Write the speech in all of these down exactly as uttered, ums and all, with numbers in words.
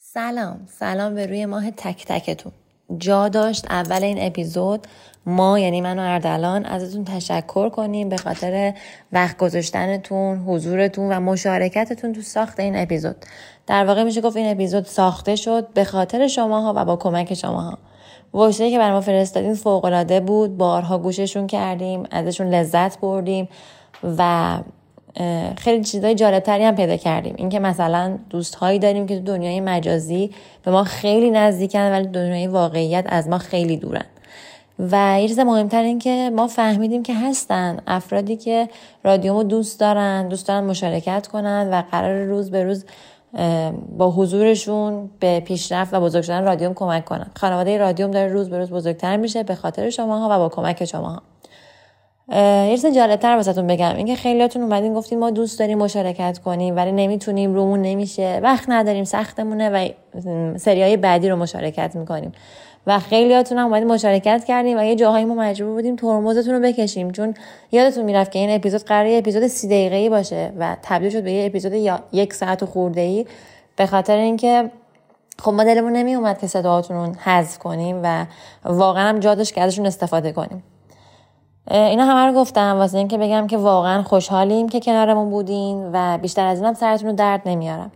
سلام سلام به روی ماه تک تکتون. جا داشت اول این اپیزود ما یعنی من و اردلان ازتون تشکر کنیم به خاطر وقت گذاشتنتون، حضورتون و مشارکتتون تو ساخت این اپیزود. در واقع میشه گفت این اپیزود ساخته شد به خاطر شماها و با کمک شماها. وایسایی که برای ما فرستادین فوق‌العاده بود، بارها گوششون کردیم، ازشون لذت بردیم و خیلی چیزای جالبتری هم پیدا کردیم. این که مثلا دوستهایی داریم که تو دنیای مجازی به ما خیلی نزدیکن ولی دنیای واقعیت از ما خیلی دورن. و یه چیز مهمتر این که ما فهمیدیم که هستن افرادی که رادیومو دوست دارن، دوست دارن مشارکت کنن و قرار روز به روز با حضورشون به پیشرفت و بزرگ شدن رادیوم کمک کنن. خانواده رادیوم داره روز به روز بزرگتر میشه به خاطر شماها و با کمک شماها. یه چیز جالب‌تر واسهتون بگم، اینکه خیلیاتون اومدین گفتین ما دوست داریم مشارکت کنیم ولی نمیتونیم، رومون نمیشه، وقت نداریم، سختمونه و سریای بعدی رو مشارکت میکنیم. و خیلیاتون هم اومدین مشارکت کردیم و یه جاهایی ما مجبور بودیم ترمزتون رو بکشیم، چون یادتون میرفت که این اپیزود قراره اپیزود سی دقیقه‌ای باشه و تبدیل شد به یه اپیزود یا یک ساعت و خورده‌ای به خاطر اینکه خب ما دلمون نمی اومد که صداهاتون رو حذف کنیم و واقعا هم جا داشت که ازشون استفاده کنیم. اینا همه رو گفتم واسه این که بگم که واقعا خوشحالیم که کنارمون بودین و بیشتر از اینم سرتون رو درد نمیارم.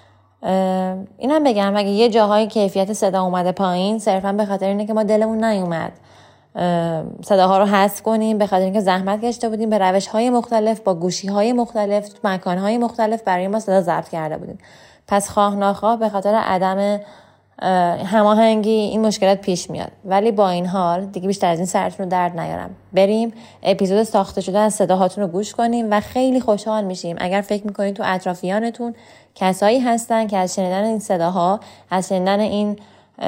اینم بگم اگه یه جاهای کیفیت صدا اومده پایین صرفا به خاطر اینه که ما دلمون نیومد صداها رو حذف کنیم، به خاطر اینکه زحمت کشیده بودیم، به روش‌های مختلف، با گوشی‌های مختلف، مکان‌های مختلف برای ما صدا ضبط کرده بودیم. پس خواه ناخواه به خاطر عدم هماهنگی این مشکلات پیش میاد. ولی با این حال دیگه بیشتر از این سرتون رو درد نیارم. بریم اپیزود ساخته شده از صداهاتون رو گوش کنیم و خیلی خوشحال میشیم اگر فکر میکنید تو اطرافیانتون کسایی هستن که از شنیدن این صداها، از شنیدن این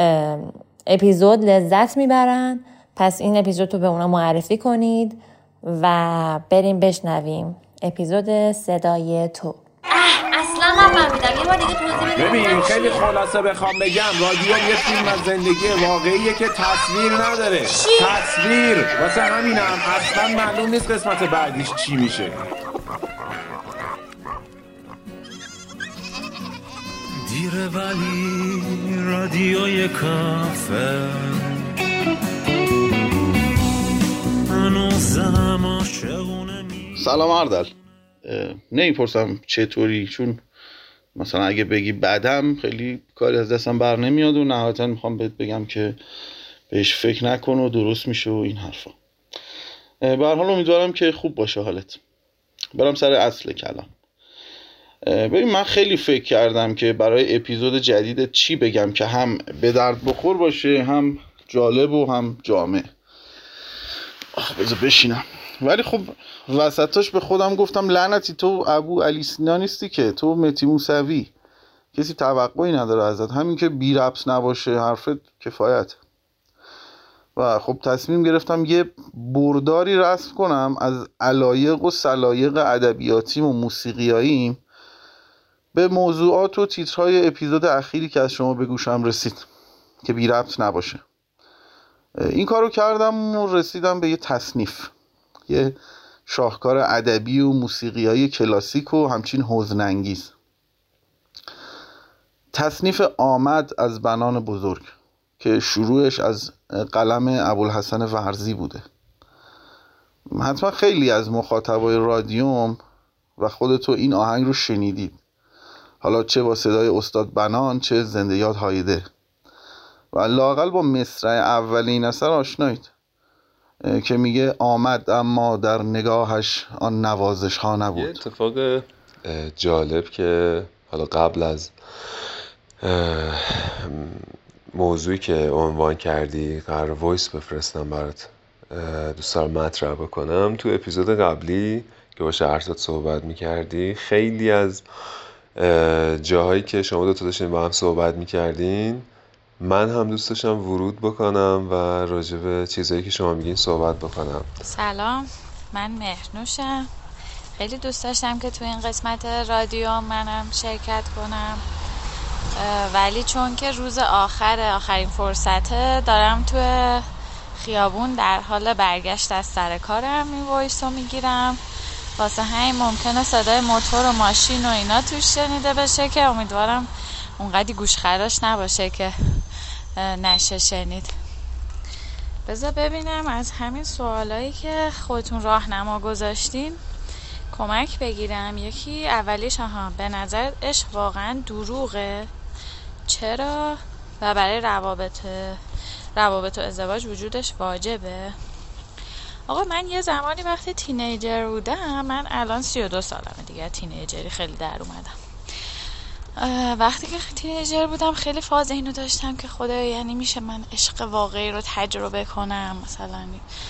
اپیزود لذت میبرن. پس این اپیزود رو به اونا معرفی کنید و بریم بشنویم اپیزود صدای تو. اصلا نفهمیدم، یه بار دیگه توضیح بده. ببین خیلی خلاصه بخوام بگم، رادیو یه فیلم از زندگی واقعیه که تصویر نداره. چی؟ تصویر واسه همینم اصلا معلوم نیست قسمت بعدیش چی میشه. دیره ولی رادیوی کافه هنوزم عاشقونه می. سلام اردل، نمیپرسم چطوری، چون مثلا اگه بگی بدم خیلی کاری از دستم بر نمیاد و نهایتا میخوام بهت بگم که بهش فکر نکن و درست میشه و این حرفا. به هر حال امیدوارم که خوب باشه حالت. برم سر اصل کلام. ببین من خیلی فکر کردم که برای اپیزود جدید چی بگم که هم به درد بخور باشه، هم جالب و هم جامع. آخ بذار بشینم. ولی خب وسطاش به خودم گفتم لعنتی تو ابو علی سینا نیستی که، تو مهدی موسوی، کسی توقعی نداره ازت، همین که بی ربط نباشه حرفت کفایت. و خب تصمیم گرفتم یه برداری رسم کنم از علایق و سلایق ادبیاتیم و موسیقیاییم به موضوعات و تیترهای اپیزود اخیری که از شما به گوشم رسید که بی ربط نباشه. این کارو کردم و رسیدم به یه تصنیف، یه شاهکار ادبی و موسیقیایی کلاسیک و همچین حزن‌انگیز. تصنیف آمد از بنان بزرگ که شروعش از قلم ابوالحسن ورزی بوده. حتما خیلی از مخاطبای رادیوم و خودتو این آهنگ رو شنیدید، حالا چه با صدای استاد بنان چه زنده یاد هایده، و لااقل با مصرع اول این اثر آشنایید که میگه آمد اما در نگاهش آن نوازش ها نبود. یه اتفاق جالب که حالا قبل از موضوعی که عنوان کردی قرار وایس بفرستم برات، دوست دارم مطرح بکنم. تو اپیزود قبلی که با شهرزاد صحبت میکردی، خیلی از جاهایی که شما دوتا داشتین با هم صحبت میکردین من هم دوست داشتم ورود بکنم و راجع به چیزایی که شما میگین صحبت بکنم. سلام، من مهرنوشم. خیلی دوست داشتم که تو این قسمت رادیو منم شرکت کنم، ولی چون که روز آخر آخرین فرصته دارم تو خیابون در حال برگشت از سر کارم این وایس رو میگیرم، واسه همین ممکنه صدای موتور و ماشین و اینا توش شنیده بشه که امیدوارم اونقدی گوشخراش نباشه که نشه شنید. بذار ببینم از همین سوالایی که خودتون راهنما گذاشتین کمک بگیرم. یکی اولیش آها به نظر عشق واقعا دروغه؟ چرا؟ و برای روابط روابط و ازدواج وجودش واجبه؟ آقا من یه زمانی وقتی تینیجر بودم، من الان سی و دو سالمه دیگه، تینیجری خیلی در اومدم. وقتی که تینیجر بودم خیلی فاز اینو داشتم که خدا یعنی میشه من عشق واقعی رو تجربه کنم، مثلا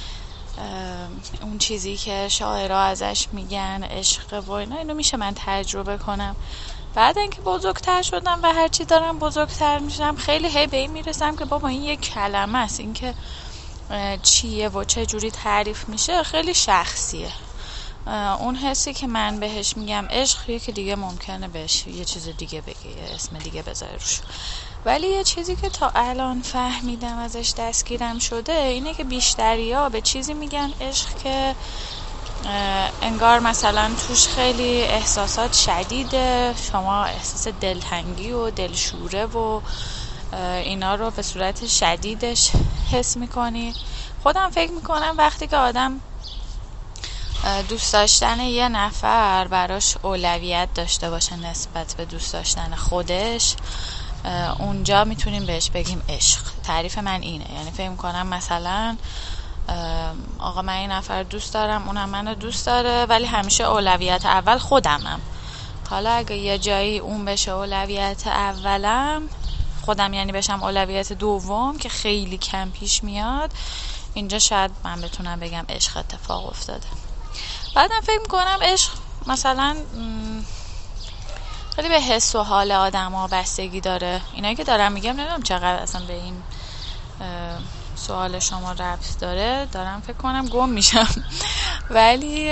اون چیزی که شاعرها ازش میگن عشق و اینا، اینو میشه من تجربه کنم. بعد اینکه بزرگتر شدم و هرچی دارم بزرگتر میشم خیلی هی به این میرسم که بابا این یک کلمه است، این که چیه و چه جوری تعریف میشه خیلی شخصیه. اون حسی که من بهش میگم عشق یکی دیگه ممکنه بهش یه چیز دیگه بگه، یه اسم دیگه بذاره روش. ولی یه چیزی که تا الان فهمیدم ازش دستگیرم شده اینه که بیشتریا به چیزی میگن عشق که انگار مثلا توش خیلی احساسات شدیده، شما احساس دلتنگی و دلشوره و اینا رو به صورت شدیدش حس میکنی. خودم فکر میکنم وقتی که آدم دوست داشتن یه نفر براش اولویت داشته باشه نسبت به دوست داشتن خودش، اونجا میتونیم بهش بگیم عشق. تعریف من اینه، یعنی فکر میکنم مثلا آقا من این نفر دوست دارم، اونم منو دوست داره، ولی همیشه اولویت اول خودمم. حالا اگه یه جایی اون بشه اولویت اولم، خودم یعنی بشم اولویت دوم که خیلی کم پیش میاد، اینجا شاید من بتونم بگم عشق اتفاق افتاده. بعدم فکر میکنم عشق مثلا خیلی به حس و حال آدم ها بستگی داره. اینایی که دارم میگم نمیدونم چقدر اصلا به این سوال شما ربط داره، دارم فکر کنم گم میشم. ولی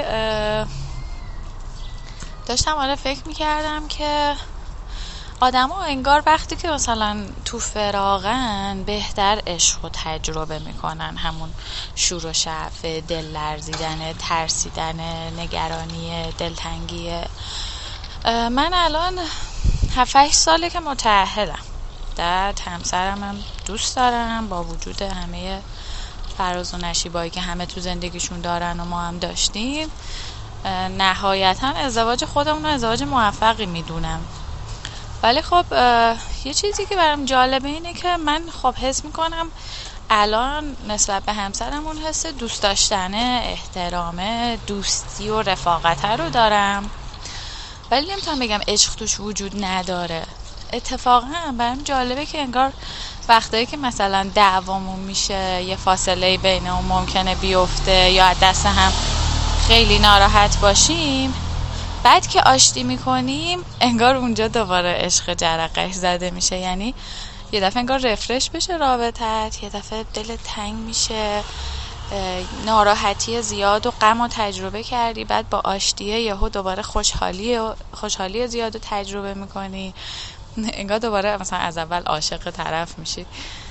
داشتم آره فکر میکردم که آدم ها انگار وقتی که مثلا تو فراغن بهتر عشق رو تجربه میکنن، همون شور و شعف، دل لرزیدن، ترسیدن، نگرانی، دلتنگی. من الان هفت هشت ساله که متأهلم، داد همسرم هم دوست دارم، با وجود همه فراز و نشیبایی که همه تو زندگیشون دارن و ما هم داشتیم، نهایتا ازدواج خودمون رو ازدواج موفقی میدونم. ولی خب یه چیزی که برام جالبه اینه که من خب حس میکنم الان نسبت به همسرم اون حس دوست داشتن، احترام، دوستی و رفاقت رو دارم، ولی نمیتونم بگم عشق توش وجود نداره. اتفاقا برام جالبه که انگار وقتایی که مثلا دعوامون میشه، یه فاصله بینمون ممکنه بیفته یا از دست هم خیلی ناراحت باشیم، بعد که آشتی میکنیم انگار اونجا دوباره عشق جرقش زده میشه. یعنی یه دفعه انگار رفرش بشه رابطت، یه دفعه دل تنگ میشه، ناراحتی زیاد و غم رو تجربه کردی، بعد با آشتیه یهو دوباره خوشحالی خوشحالی زیاد رو تجربه میکنی، انگار دوباره مثلا از اول عاشق طرف میشی.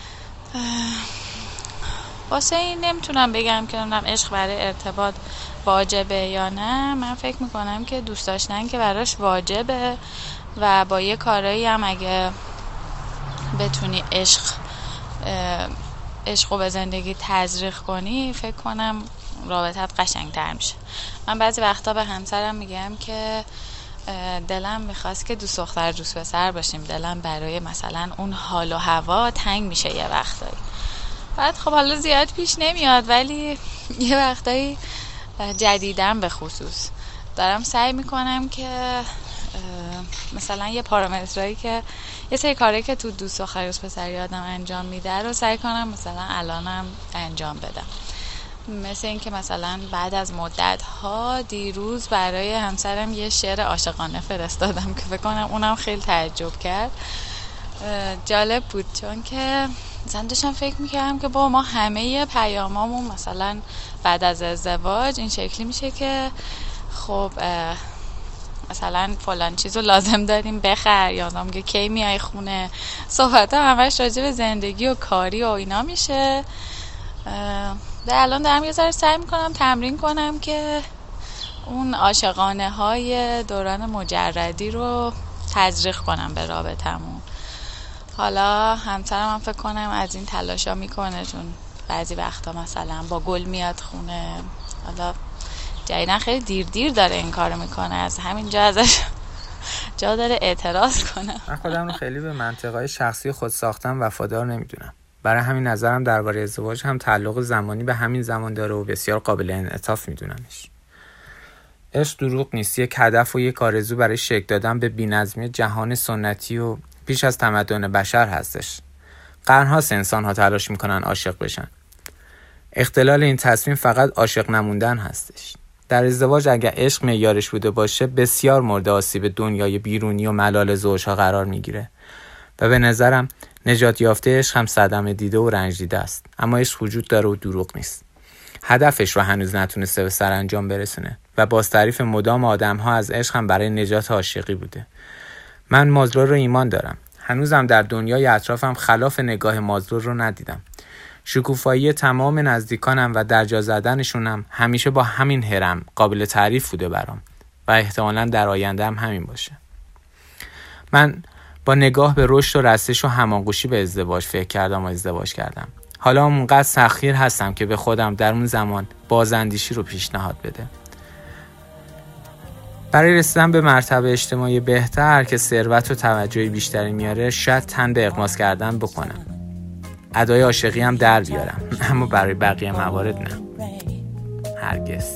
واسه این نمیتونم بگم که نمیدونم عشق برای ارتباط واجبه یا نه. من فکر میکنم که دوست داشتن که براش واجبه و با یه کارایی هم اگه بتونی عشق عشق رو به زندگی تزریق کنی، فکر کنم رابطت قشنگتر میشه. من بعضی وقتا به همسرم میگم که دلم میخواست که دوست دختر دوست پسر باشیم، دلم برای مثلا اون حال و هوا تنگ میشه یه وقتایی. بعد خب حالا زیاد پیش نمیاد، ولی یه وقتایی جدیدم به خصوص دارم سعی میکنم که مثلا یه پارامترایی که یه سری کاری که تو دوست دختر دوست پسری آدم انجام میده رو سعی کنم مثلا الانم انجام بدم. مثل این که مثلا بعد از مدت ها دیروز برای همسرم یه شعر عاشقانه فرستادم که فکر کنم اونم خیلی تعجب کرد. جالب بود چون که مثلا داشتم فکر میکردم که با ما همه پیامامون مثلا بعد از ازدواج این شکلی میشه که خب مثلا فلان چیزو لازم داریم بخر، یا آدم میگه کی میای خونه، صحبت ها همش راجع به زندگی و کاری و اینا میشه. در الان دارم یه ذره سعی میکنم تمرین کنم که اون عاشقانه های دوران مجردی رو تزریق کنم به رابطمون. حالا همسرم هم فکر کنم از این تلاشا میکنه، چون بعضی وقتا مثلا با گل میاد خونه. حالا جدیدن خیلی دیر دیر داره این کارو میکنه، از همینجا ازش جا داره اعتراض کنه. من خودم رو خیلی به منطقه‌های شخصی خود ساختم وفادار نمیدونم. برای همین نظرم درباره ازدواج هم تعلق زمانی به همین زمان داره و بسیار قابل انعطاف میدونمش. عشق دروغ نیست، یک هدف و یک آرزو برای شکل دادن به بی‌نظمی جهان سنتی و پیش از تمدن بشر هستش. قرن‌هاست انسان‌ها تلاش میکنن عاشق بشن. اختلال این تصمیم فقط عاشق نموندن هستش. در ازدواج اگر عشق معیارش بوده باشه بسیار مورد آسیب دنیای بیرونی و ملال زوجها قرار میگیره و به نظرم نجات یافته عشق هم صدمه دیده و رنج دیده است، اما عشق وجود داره و دروغ نیست. هدفش رو هنوز نتونسته به سرانجام برسونه و باز تعریف مدام آدم‌ها از عشق هم برای نجات عاشقی بوده. من مازلو رو ایمان دارم. هنوزم در دنیای اطرافم خلاف نگاه مازلو رو ندیدم. شکوفایی تمام نزدیکانم و درجا زدنشونم همیشه با همین هرم قابل تعریف بوده برام و احتمالاً در آینده هم همین باشه. من با نگاه به رشد و رسش و هماغوشی به ازدواج فکر کردم و ازدواج کردم. حالا اونقدر سخیر هستم که به خودم در اون زمان بازاندیشی رو پیشنهاد بده. برای رسیدن به مرتبه اجتماعی بهتر که ثروت و توجه بیشتری میاره شاید تن به اغماس کردن بکنم. ادای عاشقی هم در بیارم، اما برای بقیه موارد نه. هرگز.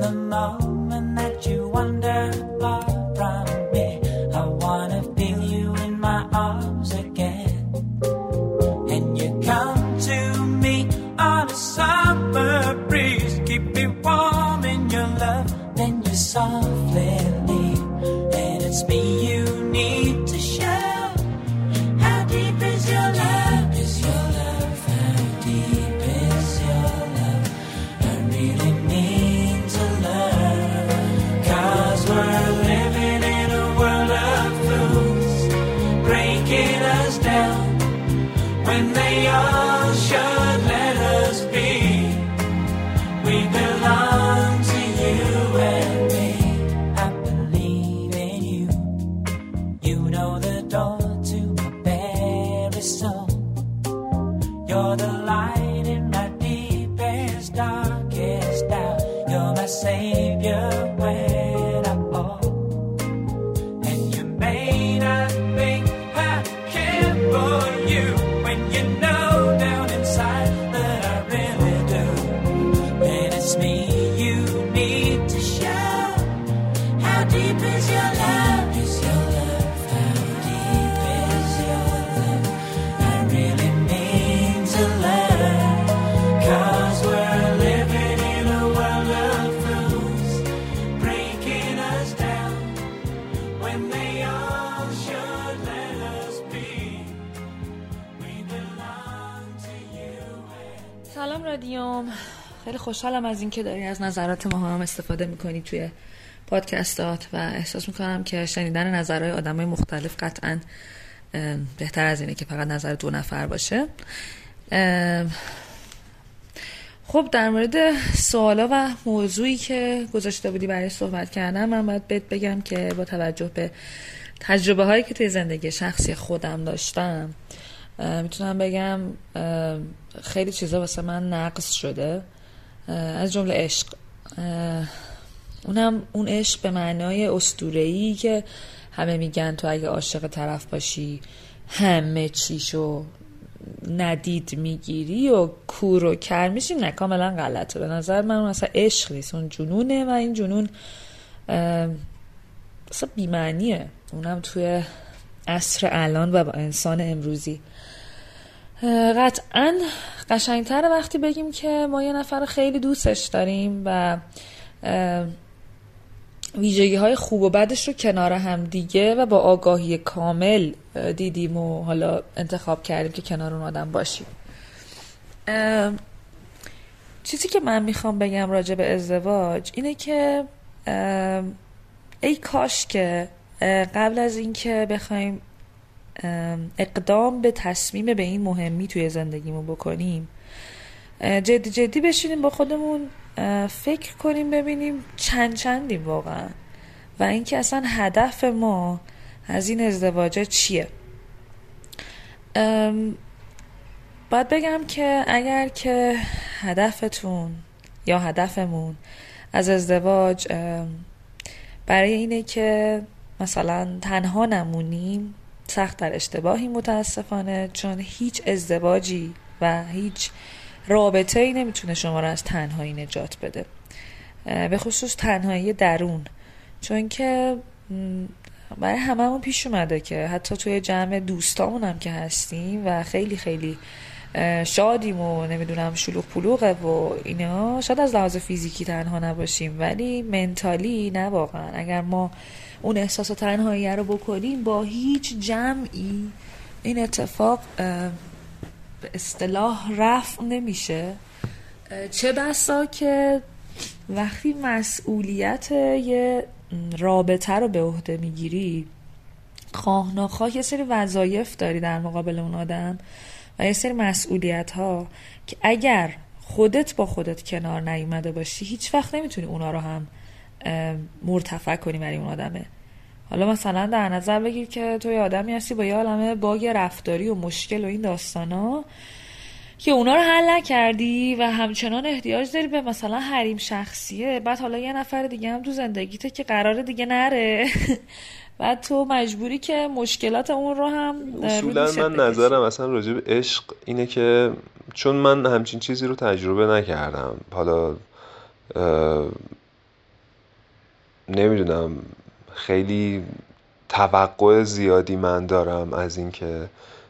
سلام رادیوم، خیلی خوشحالم از این که داری از نظرات ما هم استفاده میکنی توی پادکستات و احساس میکنم که شنیدن نظرهای آدمای مختلف قطعاً بهتر از اینه که فقط نظر دو نفر باشه. خب در مورد سوالا و موضوعی که گذاشته بودی برای صحبت کردن، من باید بهت بگم که با توجه به تجربه هایی که توی زندگی شخصی خودم داشتم میتونم بگم خیلی چیزا واسه من نقص شده، از جمله عشق. اونم اون عشق به معنای اسطوره‌ای که همه میگن تو اگه عاشق طرف باشی همه چیشو ندید میگیری و کور و کر میشی. نه، کاملا غلطه. به نظر من اون اصلا عشق نیست، اون جنونه و این جنون اصلا بی‌معنیه، اونم توی عصر الان و با انسان امروزی. قطعاً قشنگتره وقتی بگیم که ما یه نفر خیلی دوستش داریم و ویژگی های خوب و بدش رو کنار هم دیگه و با آگاهی کامل دیدیم و حالا انتخاب کردیم که کنار اون آدم باشیم. چیزی که من میخوام بگم راجع به ازدواج اینه که ای کاش که قبل از این که بخوایم اقدام به تصمیم به این مهمی توی زندگیمون بکنیم جدی جدی بشینیم با خودمون فکر کنیم ببینیم چند چندیم واقعا و اینکه اصلا هدف ما از این ازدواج چیه. باید بگم که اگر که هدفتون یا هدفمون از ازدواج برای اینه که مثلا تنها نمونیم، سخت در اشتباهی متاسفانه، چون هیچ ازدواجی و هیچ رابطه‌ای نمیتونه شما رو از تنهایی نجات بده، به خصوص تنهایی درون. چون که برای هممون پیش اومده که حتی توی جمع دوستامون هم که هستیم و خیلی خیلی شادیم و نمیدونم شلوغ پلوغه و اینا، شاید از لحاظ فیزیکی تنها نباشیم ولی منتالی نه واقعا. اگر ما اون احساس تنهایی رو بکنیم با هیچ جمعی این اتفاق به اصطلاح رفع نمیشه. چه بسا که وقتی مسئولیت یه رابطه رو به عهده میگیری، خواه ناخواه یه سری وظایف داری در مقابل اون آدم و یه سری مسئولیت ها که اگر خودت با خودت کنار نیومده باشی هیچ وقت نمیتونی اونا رو هم مرتفع کنی برای اون آدمه. حالا مثلا در نظر بگیر که توی آدمی هستی با یه عالمه باگ رفتاری و مشکل و این داستانا که اونا رو حل نکردی و همچنان احتیاج داری به مثلا حریم شخصیه، بعد حالا یه نفر دیگه هم تو زندگیته که قراره دیگه نره بعد تو مجبوری که مشکلات اون رو هم اصولا من نظرم اصلا راجع به عشق اینه که چون من همچین چیزی رو تجربه نکردم، حالا نمیدونم خیلی توقع زیادی من دارم از این که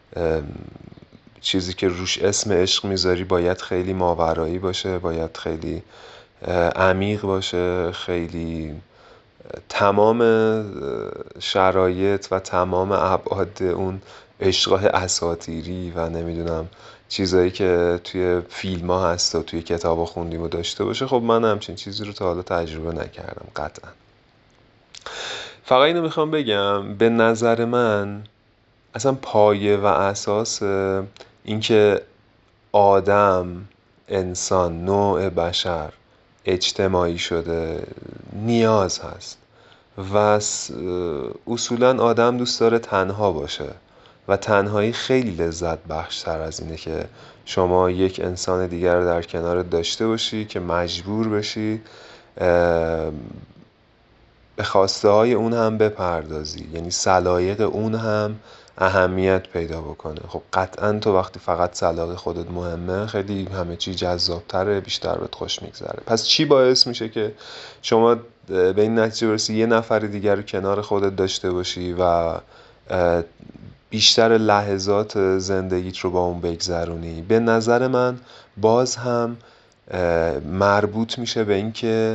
چیزی که روش اسم عشق میذاری باید خیلی ماورایی باشه، باید خیلی عمیق باشه، خیلی تمام شرایط و تمام ابعاد اون عشق‌های اساطیری و نمیدونم چیزایی که توی فیلم ها هست و توی کتاب ها خوندیم و داشته باشه. خب من همچین چیزی رو تا حالا تجربه نکردم قطعا. فقط اینو میخوام بگم به نظر من اصلا پایه و اساس اینکه آدم، انسان، نوع بشر اجتماعی شده نیاز هست و اصولا آدم دوست داره تنها باشه و تنهایی خیلی لذت بخشتر از اینه که شما یک انسان دیگر رو در کنارت داشته باشی که مجبور بشی به خواسته های اون هم بپردازی، یعنی سلایق اون هم اهمیت پیدا بکنه. خب قطعا تو وقتی فقط سلایق خودت مهمه خیلی همه چی جذابتره، بیشتر بهت خوش میگذره. پس چی باعث میشه که شما به این نتیجه برسی یه نفر دیگر رو کنار خودت داشته باشی و بیشتر لحظات زندگیت رو با اون بگذرونی؟ به نظر من باز هم مربوط میشه به این که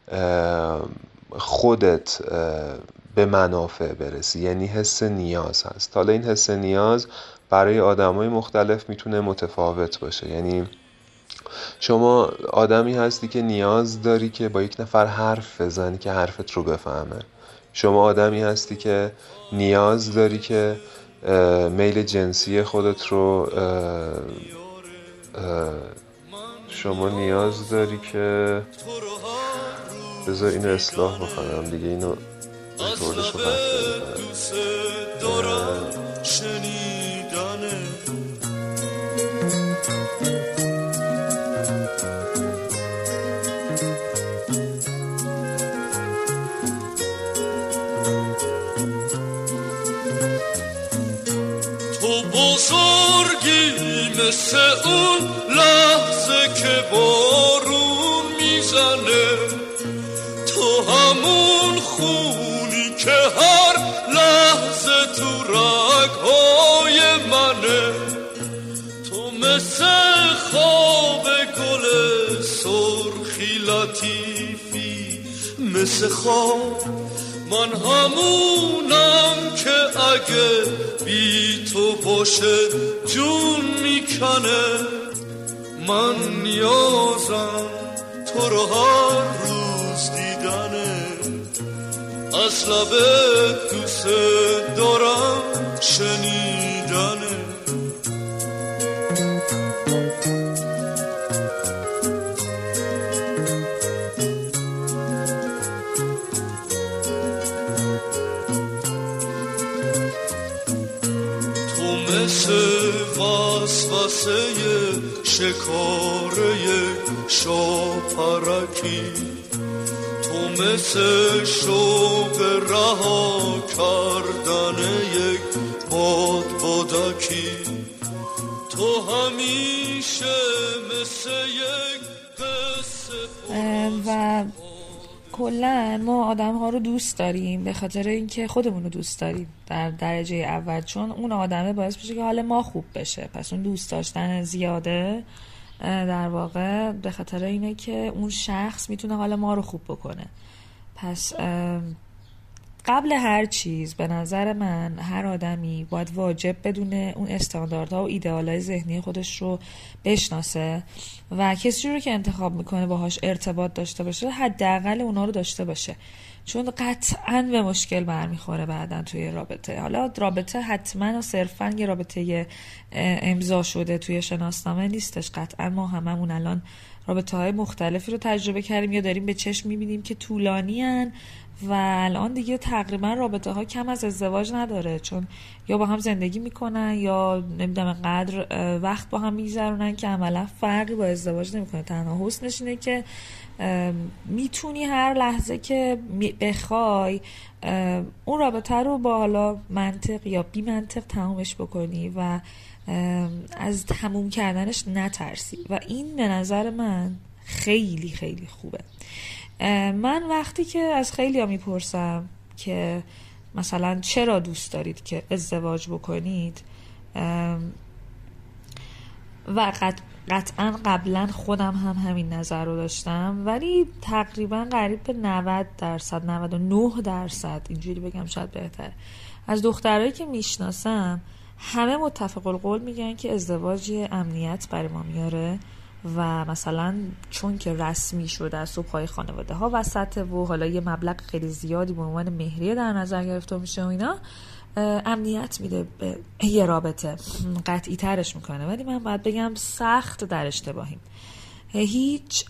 خودت به منافع برسی، یعنی حس نیاز هست. حالا این حس نیاز برای آدمای مختلف میتونه متفاوت باشه، یعنی شما آدمی هستی که نیاز داری که با یک نفر حرف بزنی که حرفت رو بفهمه، شما آدمی هستی که نیاز داری که میل جنسی خودت رو شما نیاز داری که بذار اینو اصلاح بکنم دیگه، اینو ریکوردش رو تو بزرگی مثل اون لحظه که بارون میزنه، تو همون خونی که هر لحظه تو رگ‌های منه، تو مثل خواب گل سرخی لطیفی، مثل خواب من همونم که اگه بی تو باشه جون میکنه. من نیازم تو رو هر روز دیدنه، از لبت دوست دارم شنیدنه. مثل وسوسه شکاره شاپرکی، تو مثل شوق رها کردن یک باد بادکی، تو همیشه مثل یک قصه. و کلا ما آدم ها رو دوست داریم به خاطر اینکه خودمون رو دوست داریم در درجه اول، چون اون آدمه باعث میشه که حال ما خوب بشه. پس اون دوست داشتن زیاده در واقع به خاطر اینه که اون شخص میتونه حال ما رو خوب بکنه. پس قبل هر چیز به نظر من هر آدمی باید واجب بدونه اون استانداردها و ایدئالای ذهنی خودش رو بشناسه و کسی رو که انتخاب میکنه باهاش ارتباط داشته باشه حداقل اونا رو داشته باشه، چون قطعاً به مشکل برمیخوره بعدن توی رابطه. حالا رابطه حتما و صرفاً یه رابطه امضا شده توی شناسنامه نیستش. قطعاً ما هممون الان رابطه های مختلفی رو تجربه کردیم یا داریم به چشم میبینیم که طولانی هن و الان دیگه تقریبا رابطه ها کم از ازدواج نداره، چون یا با هم زندگی میکنن یا نمیدونم قدر وقت با هم میگذرونن که عملا فرقی با ازدواج نمیکنه. تنها حسنش اینه که میتونی هر لحظه که بخوای اون رابطه رو با حالا منطق یا بی منطق تمامش بکنی و از تموم کردنش نترسی و این به نظر من خیلی خیلی خوبه. من وقتی که از خیلی ها میپرسم که مثلا چرا دوست دارید که ازدواج بکنید و قطعا قبلا خودم هم همین نظر رو داشتم، ولی تقریبا قریب به نود درصد نود و نه درصد اینجوری بگم شاید بهتره از دخترایی که میشناسم همه متفق القول میگن که ازدواج امنیت برای ما میاره و مثلا چون که رسمی شده از صبح‌های خانواده ها وسطه و حالا یه مبلغ خیلی زیادی به عنوان مهریه در نظر گرفته میشه و اینا، امنیت میده به یه رابطه، قطعی ترش میکنه. ولی من باید بگم سخت در اشتباهیم. هیچ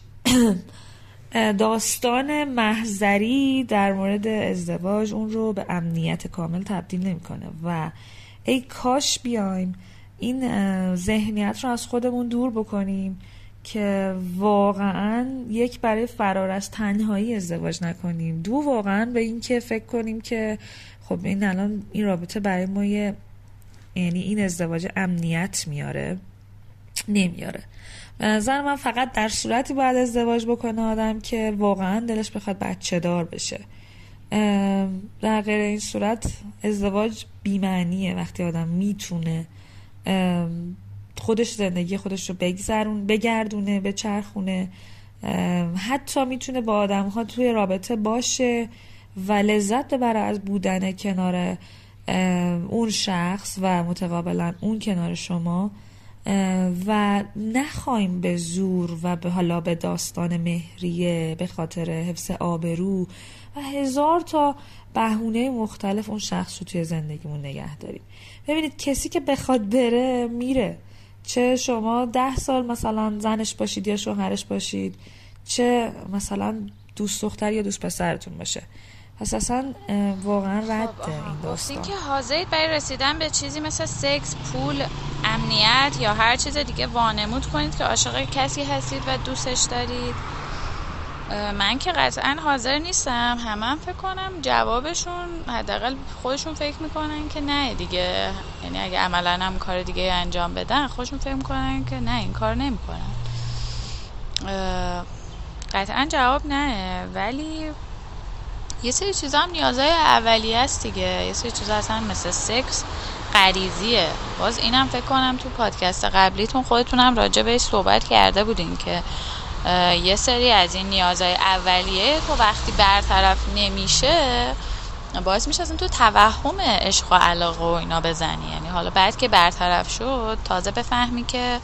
داستان محضری در مورد ازدواج اون رو به امنیت کامل تبدیل نمیکنه و ای کاش بیایم این ذهنیت رو از خودمون دور بکنیم که واقعا یک برای فرار از تنهایی ازدواج نکنیم، دو واقعا به این که فکر کنیم که خب این الان این رابطه برای ما یه یعنی این ازدواج امنیت میاره. نمیاره. به نظر من فقط در صورتی باید ازدواج بکنه آدم که واقعا دلش بخواد بچه دار بشه. در غیر این صورت ازدواج بی‌معنیه وقتی آدم میتونه خودش زندگی خودش رو بگذرون بگردونه بچرخونه، حتی میتونه با آدم ها توی رابطه باشه و لذت ببره از بودن کنار اون شخص و متقابلا اون کنار شما و نخوایم به زور و به حالا به داستان مهریه به خاطر حفظ آبرو و هزار تا بهونه مختلف اون شخص رو توی زندگیمون نگه داریم. ببینید کسی که بخواد بره میره، چه شما ده سال مثلا زنش باشید یا شوهرش باشید، چه مثلا دوست دختر یا دوست پسرتون باشه. پس اصلا واقعا رد این داستان. گفتین که حاضرید برای رسیدن به چیزی مثل سکس، پول، امنیت یا هر چیز دیگه وانمود کنید که عاشق کسی هستید و دوستش دارید. من که قطعا حاضر نیستم. همه هم فکر کنم جوابشون حداقل خودشون فکر میکنن که نه دیگه، یعنی اگه عملا هم کار دیگه انجام بدن خودشون فکر میکنن که نه این کار نمیکنن. قطعا جواب نه، ولی یه سری چیزا هم نیازهای اولیه است دیگه. یه سری چیزا اصلا مثل سکس غریزیه. باز اینم فکر کنم تو پادکست قبلیتون خودتونم راجع بهش صحبت کرده بودین که یه سری از این نیازهای اولیه تو وقتی برطرف نمیشه باعث میشه اصلا تو توهم عشق و علاقه و اینا بزنی. یعنی حالا بعد که برطرف شد تازه بفهمی که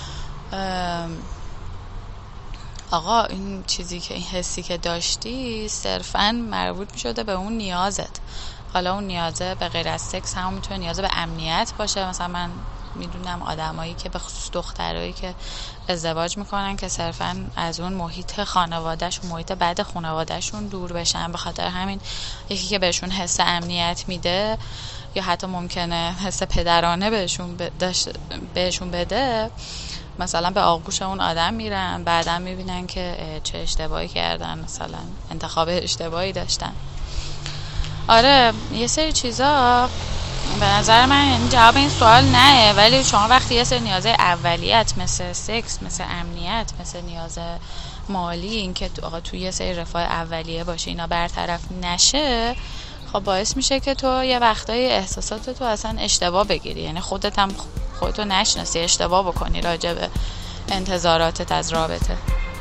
آقا این چیزی که این حسی که داشتی صرفاً مربوط میشده به اون نیازت. حالا اون نیازه به غیر از سکس هم میتونه نیازه به امنیت باشه. مثلا من میدونم آدمایی که به خصوص دخترایی که ازدواج میکنن که صرفاً از اون محیط خانوادهشون، محیط بد خانوادهشون دور بشن، به خاطر همین یکی که بهشون حس امنیت میده یا حتی ممکنه حس پدرانه بهشون بهشون بده، مثلا به آغوش اون آدم میرن، بعدا میبینن که چه اشتباهی کردن، مثلا انتخاب اشتباهی داشتن. آره یه سری چیزا به نظر من یعنی جواب این سوال نه، ولی شما وقتی یه سری نیاز اولیت مثل سکس، مثل امنیت، مثل نیاز مالی، این که تو آقا توی یه سری رفاه اولیه باشه اینا برطرف نشه، خب باعث میشه که تو یه وقتایی احساسات تو اصلا اشتباه بگیری، یعنی خودت هم خودتو نشناسی، اشتباه بکنی راجع به انتظاراتت از رابطه.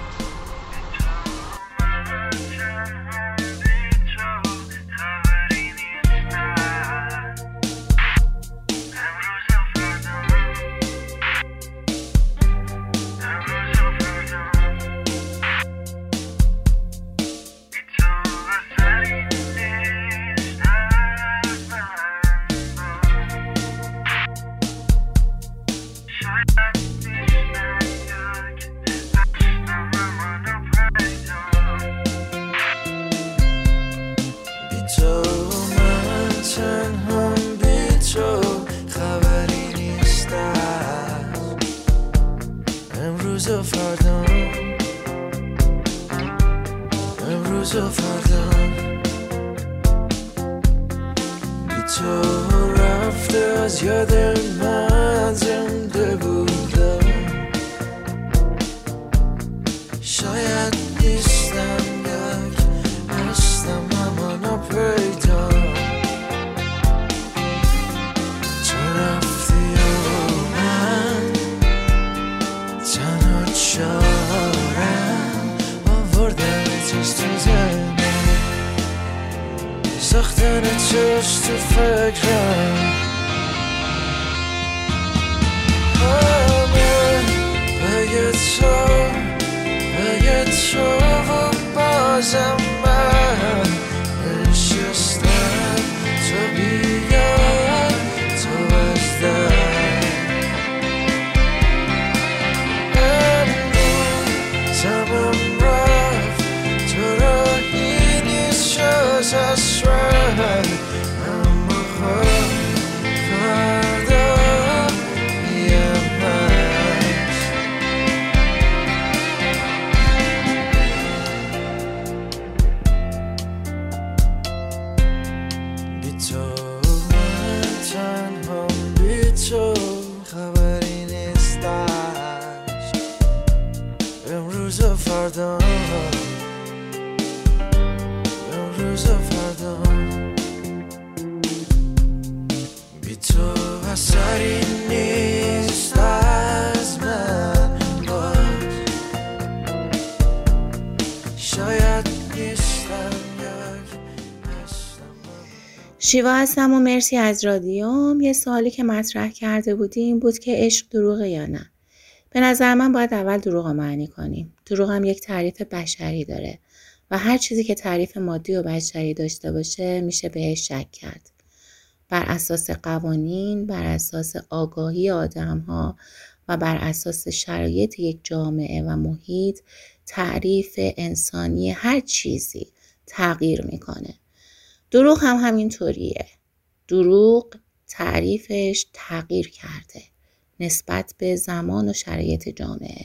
شیوا هستم و مرسی از رادیوم. یه سوالی که مطرح کرده بودی این بود که عشق دروغه یا نه. به نظر من باید اول دروغ رو معنی کنیم. دروغ هم یک تعریف بشری داره و هر چیزی که تعریف مادی و بشری داشته باشه میشه بهش شک کرد. بر اساس قوانین، بر اساس آگاهی آدم ها و بر اساس شرایط یک جامعه و محیط، تعریف انسانی هر چیزی تغییر میکنه. دروغ هم همینطوریه. دروغ تعریفش تغییر کرده نسبت به زمان و شرایط جامعه.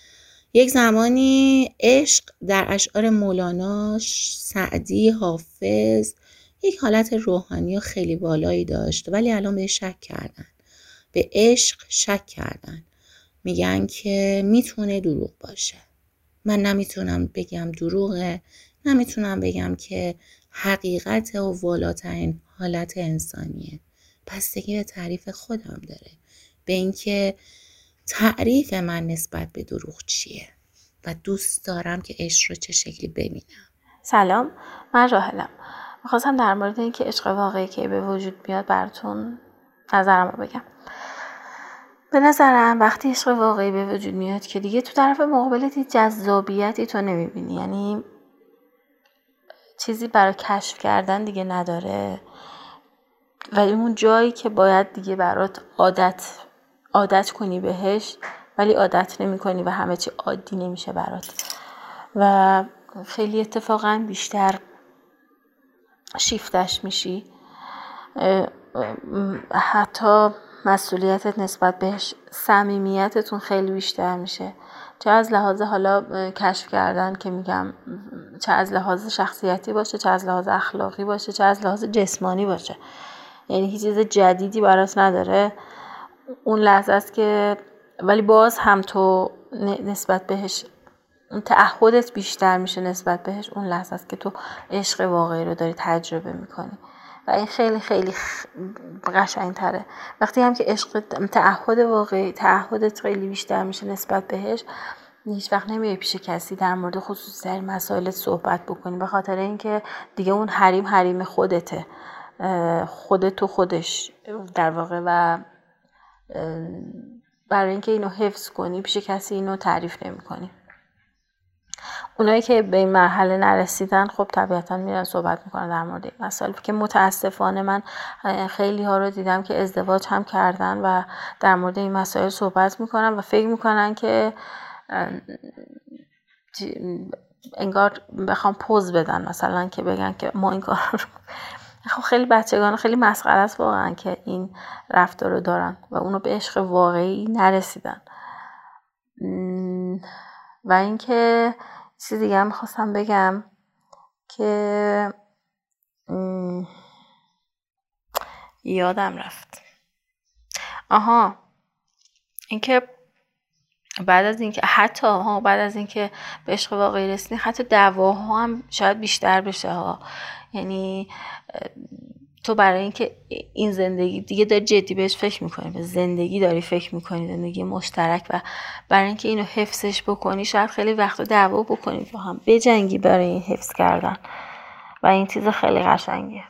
یک زمانی عشق در اشعار مولانا، سعدی، حافظ یک حالت روحانی و خیلی بالایی داشت، ولی الان به شک کردن. به عشق شک کردن. میگن که میتونه دروغ باشه. من نمیتونم بگم دروغه، نمیتونم بگم که حقیقت و والاترین حالت انسانیه. بستگی به تعریف خودم داره، به اینکه تعریف من نسبت به دروغ چیه و دوست دارم که عشق رو چه شکلی ببینم. سلام، من راهلم. میخواستم در مورد اینکه عشق واقعی که به وجود میاد براتون نظرم رو بگم. به نظرم وقتی عشق واقعی به وجود میاد که دیگه تو طرف مقابلت جذابیتی تو نمیبینی، یعنی چیزی برای کشف کردن دیگه نداره، ولی اون جایی که باید دیگه برات عادت عادت کنی بهش، ولی عادت نمی کنی و همه چی عادی نمیشه برات و خیلی اتفاقا بیشتر شیفتش میشی. حتی مسئولیتت نسبت بهش، صمیمیتتون خیلی بیشتر میشه، چه از لحاظ حالا کشف کردن که میگم، چه از لحاظ شخصیتی باشه، چه از لحاظ اخلاقی باشه، چه از لحاظ جسمانی باشه. یعنی هیچ چیز جدیدی برات نداره. اون لحظه است که ولی باز هم تو نسبت بهش تعهدت بیشتر میشه نسبت بهش. اون لحظه است که تو عشق واقعی رو داری تجربه میکنی و این خیلی خیلی قشنگ تره. وقتی هم که عشق، تعهد واقعی، تعهدت خیلی بیشتر میشه نسبت بهش، هیچ وقت نمیای پیش کسی در مورد خصوصی مسائل صحبت بکنی، به خاطر اینکه دیگه اون حریم حریم خودته، خودت و خودش در واقع. و برای اینکه اینو حفظ کنی پیش کسی اینو تعریف نمی کنی. اونایی که به این مرحله نرسیدن خب طبیعتا میرن صحبت میکنن در مورد این مسائل، که متاسفانه من خیلی ها رو دیدم که ازدواج هم کردن و در مورد این مسائل صحبت میکنن و فکر میکنن که انگار بخوام پوز بدن، مثلا که بگن که ما این کار رو، خب خیلی بچگانه، خیلی مسخره است واقعا که این رفتار رو دارن و اونو به عشق واقعی نرسیدن. و اینکه چیز دیگه هم میخواستم بگم که یادم رفت. آها، اینکه بعد از اینکه حتی ها بعد از اینکه به عشق واقعی رسیدین، حتی دعواها هم شاید بیشتر بشه ها. یعنی تو برای اینکه این زندگی دیگه داری جدی بهش فکر میکنی، به زندگی داری فکر میکنی، زندگی مشترک، و برای اینکه اینو حفظش بکنی شاید خیلی وقت دعوا بکنی با هم، بجنگی برای این حفظ کردن، و این چیز خیلی قشنگه.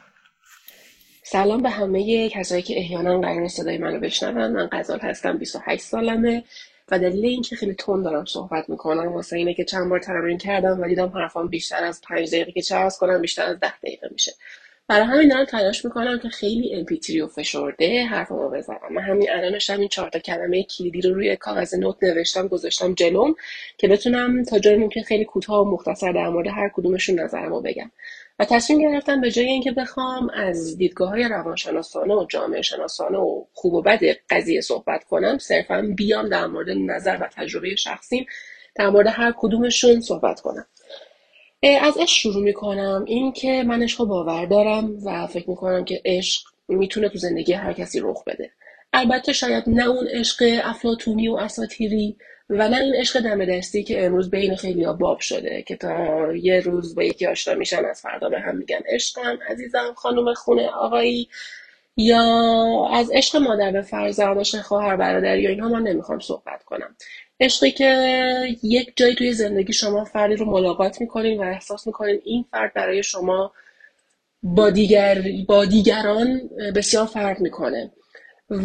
سلام به همه کسایی که احیانا قرار صدای منو بشنون. من غزال هستم، بیست و هشت سالمه و دلیل اینکه خیلی تند دارم صحبت میکنم واسه اینه که چند بار تمرین کردم و دیدم حرفام بیشتر از پنج دقیقه که چرس کنم بیشتر از ده دقیقه میشه. برای همین دارم تلاش میکنم که خیلی ام پی تری و فشرده حرفمو بزنم. من همین الانش همین چهار تا کلمه کلیدی رو روی کاغذ نوت نوشتم گذاشتم جلوم که بتونم تا جایی ممکن خیلی کوتاه و مختصر در مورد هر کدومشون نظرمو بگم. و تصمیم گرفتم به جای اینکه بخوام از دیدگاه‌های روانشناسانه و جامعه شناسانه و خوب و بد قضیه صحبت کنم، صرفاً بیام در مورد نظر و تجربه شخصیم در مورد هر کدومشون صحبت کنم. از عشق شروع میکنم. این که من عشق باور دارم و فکر میکنم که عشق میتونه تو زندگی هر کسی رخ بده. البته شاید نه اون عشق افلاطونی و اساطیری و نه این عشق دم دستی که امروز بین خیلی‌ها باب شده که تا یه روز با یکی آشنا میشن از فردا به هم میگن عشقم، عزیزم، خانم خونه، آقایی. یا از عشق مادر به فرزند، عشق خواهر برادر یا اینها من نمیخوام صحبت کنم. عشقی که یک جایی توی زندگی شما فردی رو ملاقات میکنین و احساس میکنین این فرد برای شما با دیگر با دیگران بسیار فرق میکنه و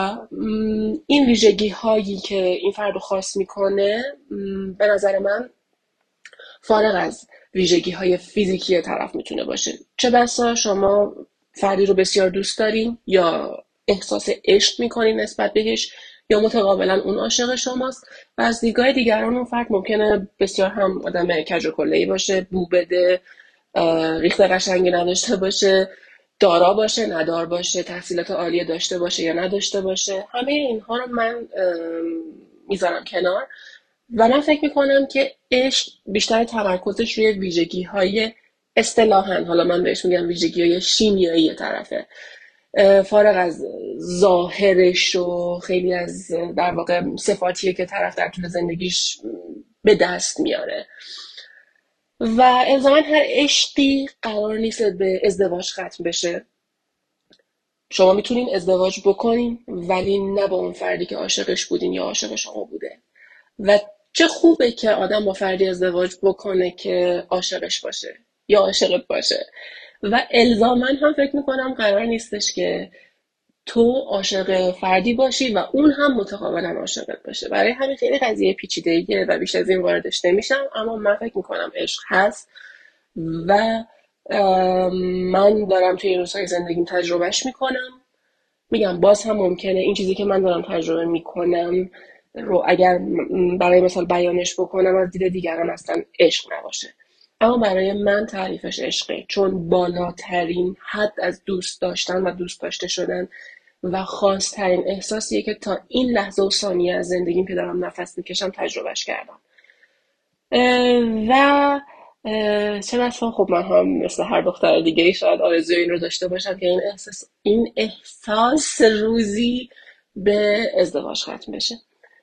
این ویژگی هایی که این فرد رو خاص میکنه به نظر من فارغ از ویژگی های فیزیکی طرف میتونه باشه. چه بسا شما فردی رو بسیار دوست دارین یا احساس عشق میکنین نسبت بهش یا متقابلا اون عاشق شماست و از دیدگاه دیگران اون فرد ممکنه بسیار هم آدم کج و کله‌ای باشه، بو بده، ریخت قشنگی نداشته باشه، دارا باشه، ندار باشه، تحصیلات عالیه داشته باشه یا نداشته باشه. همه اینها رو من میذارم کنار و من فکر میکنم که عشق بیشتر تمرکزش روی ویژگی های اصطلاحاً، حالا من بهش میگم ویژگی های شیمیایی طرفه، فارغ از ظاهرش و خیلی از در واقع صفاتیه که طرف در طول زندگیش به دست میاره و الزاماً هر عشقی قرار نیست به ازدواج ختم بشه. شما میتونین ازدواج بکنین ولی نه با اون فردی که عاشقش بودین یا عاشق شما بوده و چه خوبه که آدم با فردی ازدواج بکنه که عاشقش باشه یا عاشقت باشه و الزاماً هم فکر میکنم قرار نیستش که تو عاشق فردی باشی و اون هم متقابلا عاشقت باشه. برای همین خیلی قضیه پیچیده‌ایه و بیشتر از این واردش نمیشم، اما من فکر میکنم عشق هست و من دارم توی روزهای زندگیم تجربهش میکنم. میگم باز هم ممکنه این چیزی که من دارم تجربه میکنم رو اگر برای مثال بیانش بکنم از دید دیگران اصلا عشق نباشه اما برای من تعریفش عشقه، چون بالاترین حد از دوست داشتن و دوست داشته شدن و خاصترین احساسیه که تا این لحظه و ثانیه از زندگیم که دارم نفس میکشم تجربهش کردم. و چه بسا خب من هم مثل هر دختر دیگه ای شاید آرزوی این رو داشته باشم که این احساس این احساس روزی به ازدواج ختم بشه.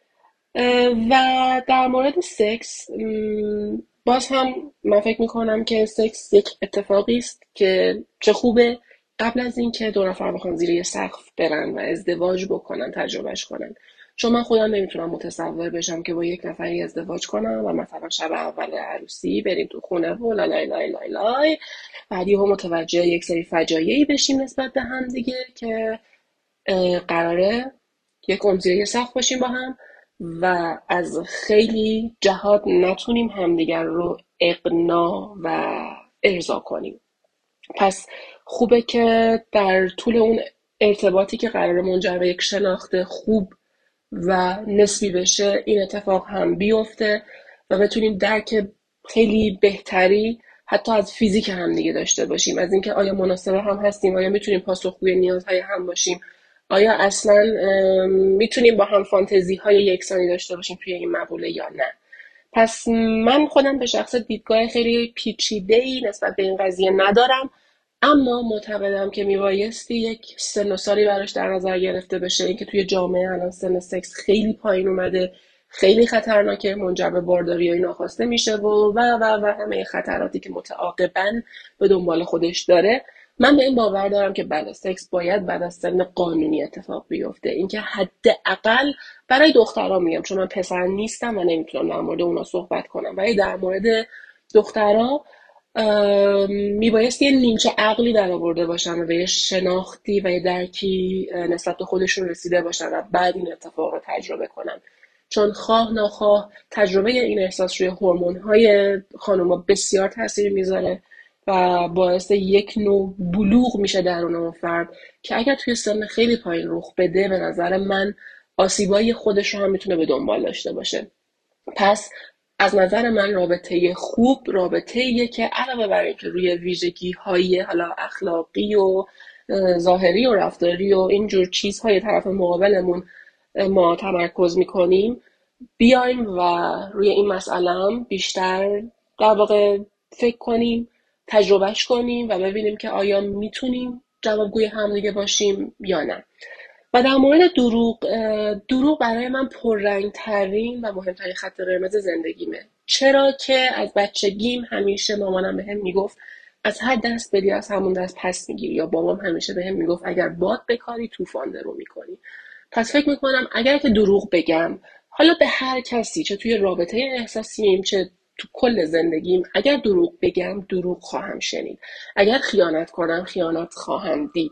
و در مورد سکس باز هم من فکر میکنم که سکس یک اتفاقی است که چه خوبه قبل از این که دو نفر بخوان زیر یه سقف برن و ازدواج بکنن تجربهش کنن، چون من خودم نمیتونم متصور بشم که با یک نفری ازدواج کنم و مثلا شب اول عروسی بریم تو خونه و لای لای لای لای بعد یهو متوجه یک سری فجایعی بشیم نسبت به هم دیگه که قراره یک عمر زیر یه سقف باشیم با هم و از خیلی جهات نتونیم همدیگر رو اقناع و ارضا کنیم. پس خوبه که در طول اون ارتباطی که قراره منجر به یک شناخت خوب و نسبی بشه این اتفاق هم بیفته و بتونیم درک خیلی بهتری حتی از فیزیک هم دیگه داشته باشیم، از اینکه آیا مناسب هم هستیم، آیا میتونیم پاسخگوی نیازهای هم باشیم، آیا اصلا میتونیم با هم فانتزی های یکسانی داشته باشیم توی این مقوله یا نه. پس من خودم به شخص دیدگاه خیلی پیچیده‌ای نسبت به این قضیه ندارم، اما معتقدم که میبایستی یک سن و سالی براش در نظر گرفته بشه. اینکه توی جامعه الان سن سکس خیلی پایین اومده، خیلی خطرناکه، منجر به بارداری های ناخواسته میشه و و و و همه خطراتی که متعاقباً به دنبال خودش داره. من به این باور دارم که بله سکس باید بعد از سن قانونی اتفاق بیفته. اینکه حداقل برای دخترها میگم، چون من پسر نیستم و نمیتونم در مورد اونا صحبت کنم، ولی در مورد دخترها میبایست یه نیمچه عقلی در آورده باشن و یه شناختی و یه درکی نسبت به خودشون رسیده باشن و بعد این اتفاق رو تجربه کنن، چون خواه ناخواه تجربه این احساس روی هورمون‌های خانوما بسیار تاثیر میذاره و باعث یک نوع بلوغ میشه درون اون فرد که اگر توی سن خیلی پایین رخ بده به نظر من آسیبای خودش رو هم میتونه به دنبال داشته باشه. پس از نظر من رابطه خوب رابطه‌ایه که علاوه بر اینکه روی ویژگی‌های حالا اخلاقی و ظاهری و رفتاری و اینجور چیزهای طرف مقابلمون ما تمرکز میکنیم، بیایم و روی این مسئله هم بیشتر در واقع فکر کنیم، تجربهش کنیم و ببینیم که آیا میتونیم جوابگوی همدیگه باشیم یا نه. و در مورد دروغ، دروغ برای من پررنگ ترین و مهمترین خط قرمز زندگیمه. چرا که از بچگیم همیشه مامانم بهم میگفت از هر دست بدی از همون دست پس میگیری، یا بابام همیشه بهم میگفت اگر باد بکاری طوفان درو میکنی. پس فکر میکنم اگر که دروغ بگم، حالا به هر کسی، چه توی رابطه احساسیم چه تو کل زندگیم، اگر دروغ بگم دروغ خواهم شنید، اگر خیانت کنم خیانت خواهم دید.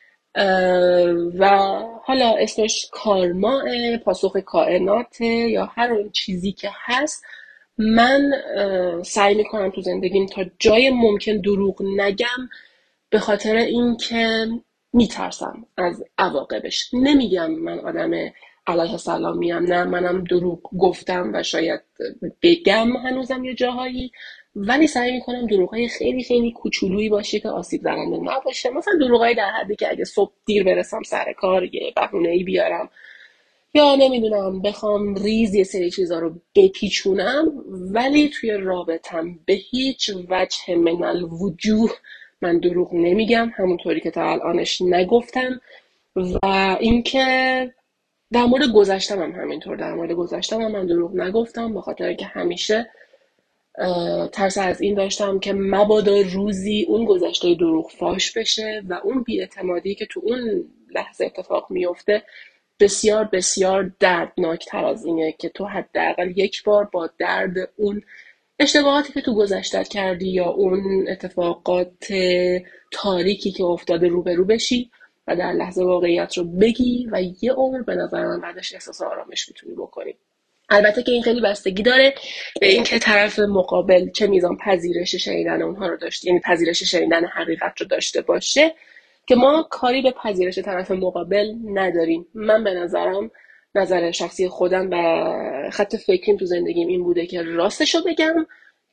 و حالا اسمش کارما، پاسخ کائنات، یا هر اون چیزی که هست، من سعی میکنم تو زندگیم تا جای ممکن دروغ نگم، به خاطر اینکه میترسم از عواقبش. نمیگم من آدم علیه السلام میم، نه منم دروغ گفتم و شاید بگم هنوزم یه جاهایی، ولی سعی میکنم دروغای خیلی خیلی کوچولویی باشه که آسیب زننده نباشه. مثلا دروغای در حدی که اگه صبح دیر برسم سر کار یه بهونه‌ای بیارم، یا نمیدونم بخوام ریز یه سری چیزا رو بپیچونم، ولی توی رابطم به هیچ وجه من الوجوه من دروغ نمیگم، همونطوری که تا الانش نگفتم. و اینکه در مورد گذشتم هم همینطور، در مورد گذشتم هم من دروغ نگفتم، به خاطر که همیشه ترس از این داشتم که مبادا روزی اون گذشته دروغ فاش بشه و اون بی‌اعتمادی که تو اون لحظه اتفاق میفته بسیار بسیار دردناکتر از اینه که تو حداقل یک بار با درد اون اشتباهاتی که تو گذشتت کردی یا اون اتفاقات تاریکی که افتاده روبرو بشی و در لحظه واقعیت رو بگی و یه عمر به نظر من بعدش احساس آرامش میتونی بکنی. البته که این خیلی بستگی داره به اینکه طرف مقابل چه میزان پذیرش شنیدن اونها رو داشته، یعنی پذیرش شنیدن حقیقت رو داشته باشه، که ما کاری به پذیرش طرف مقابل نداریم. من به نظرم، نظر شخصی خودم و خط فکریم تو زندگیم این بوده که راستشو بگم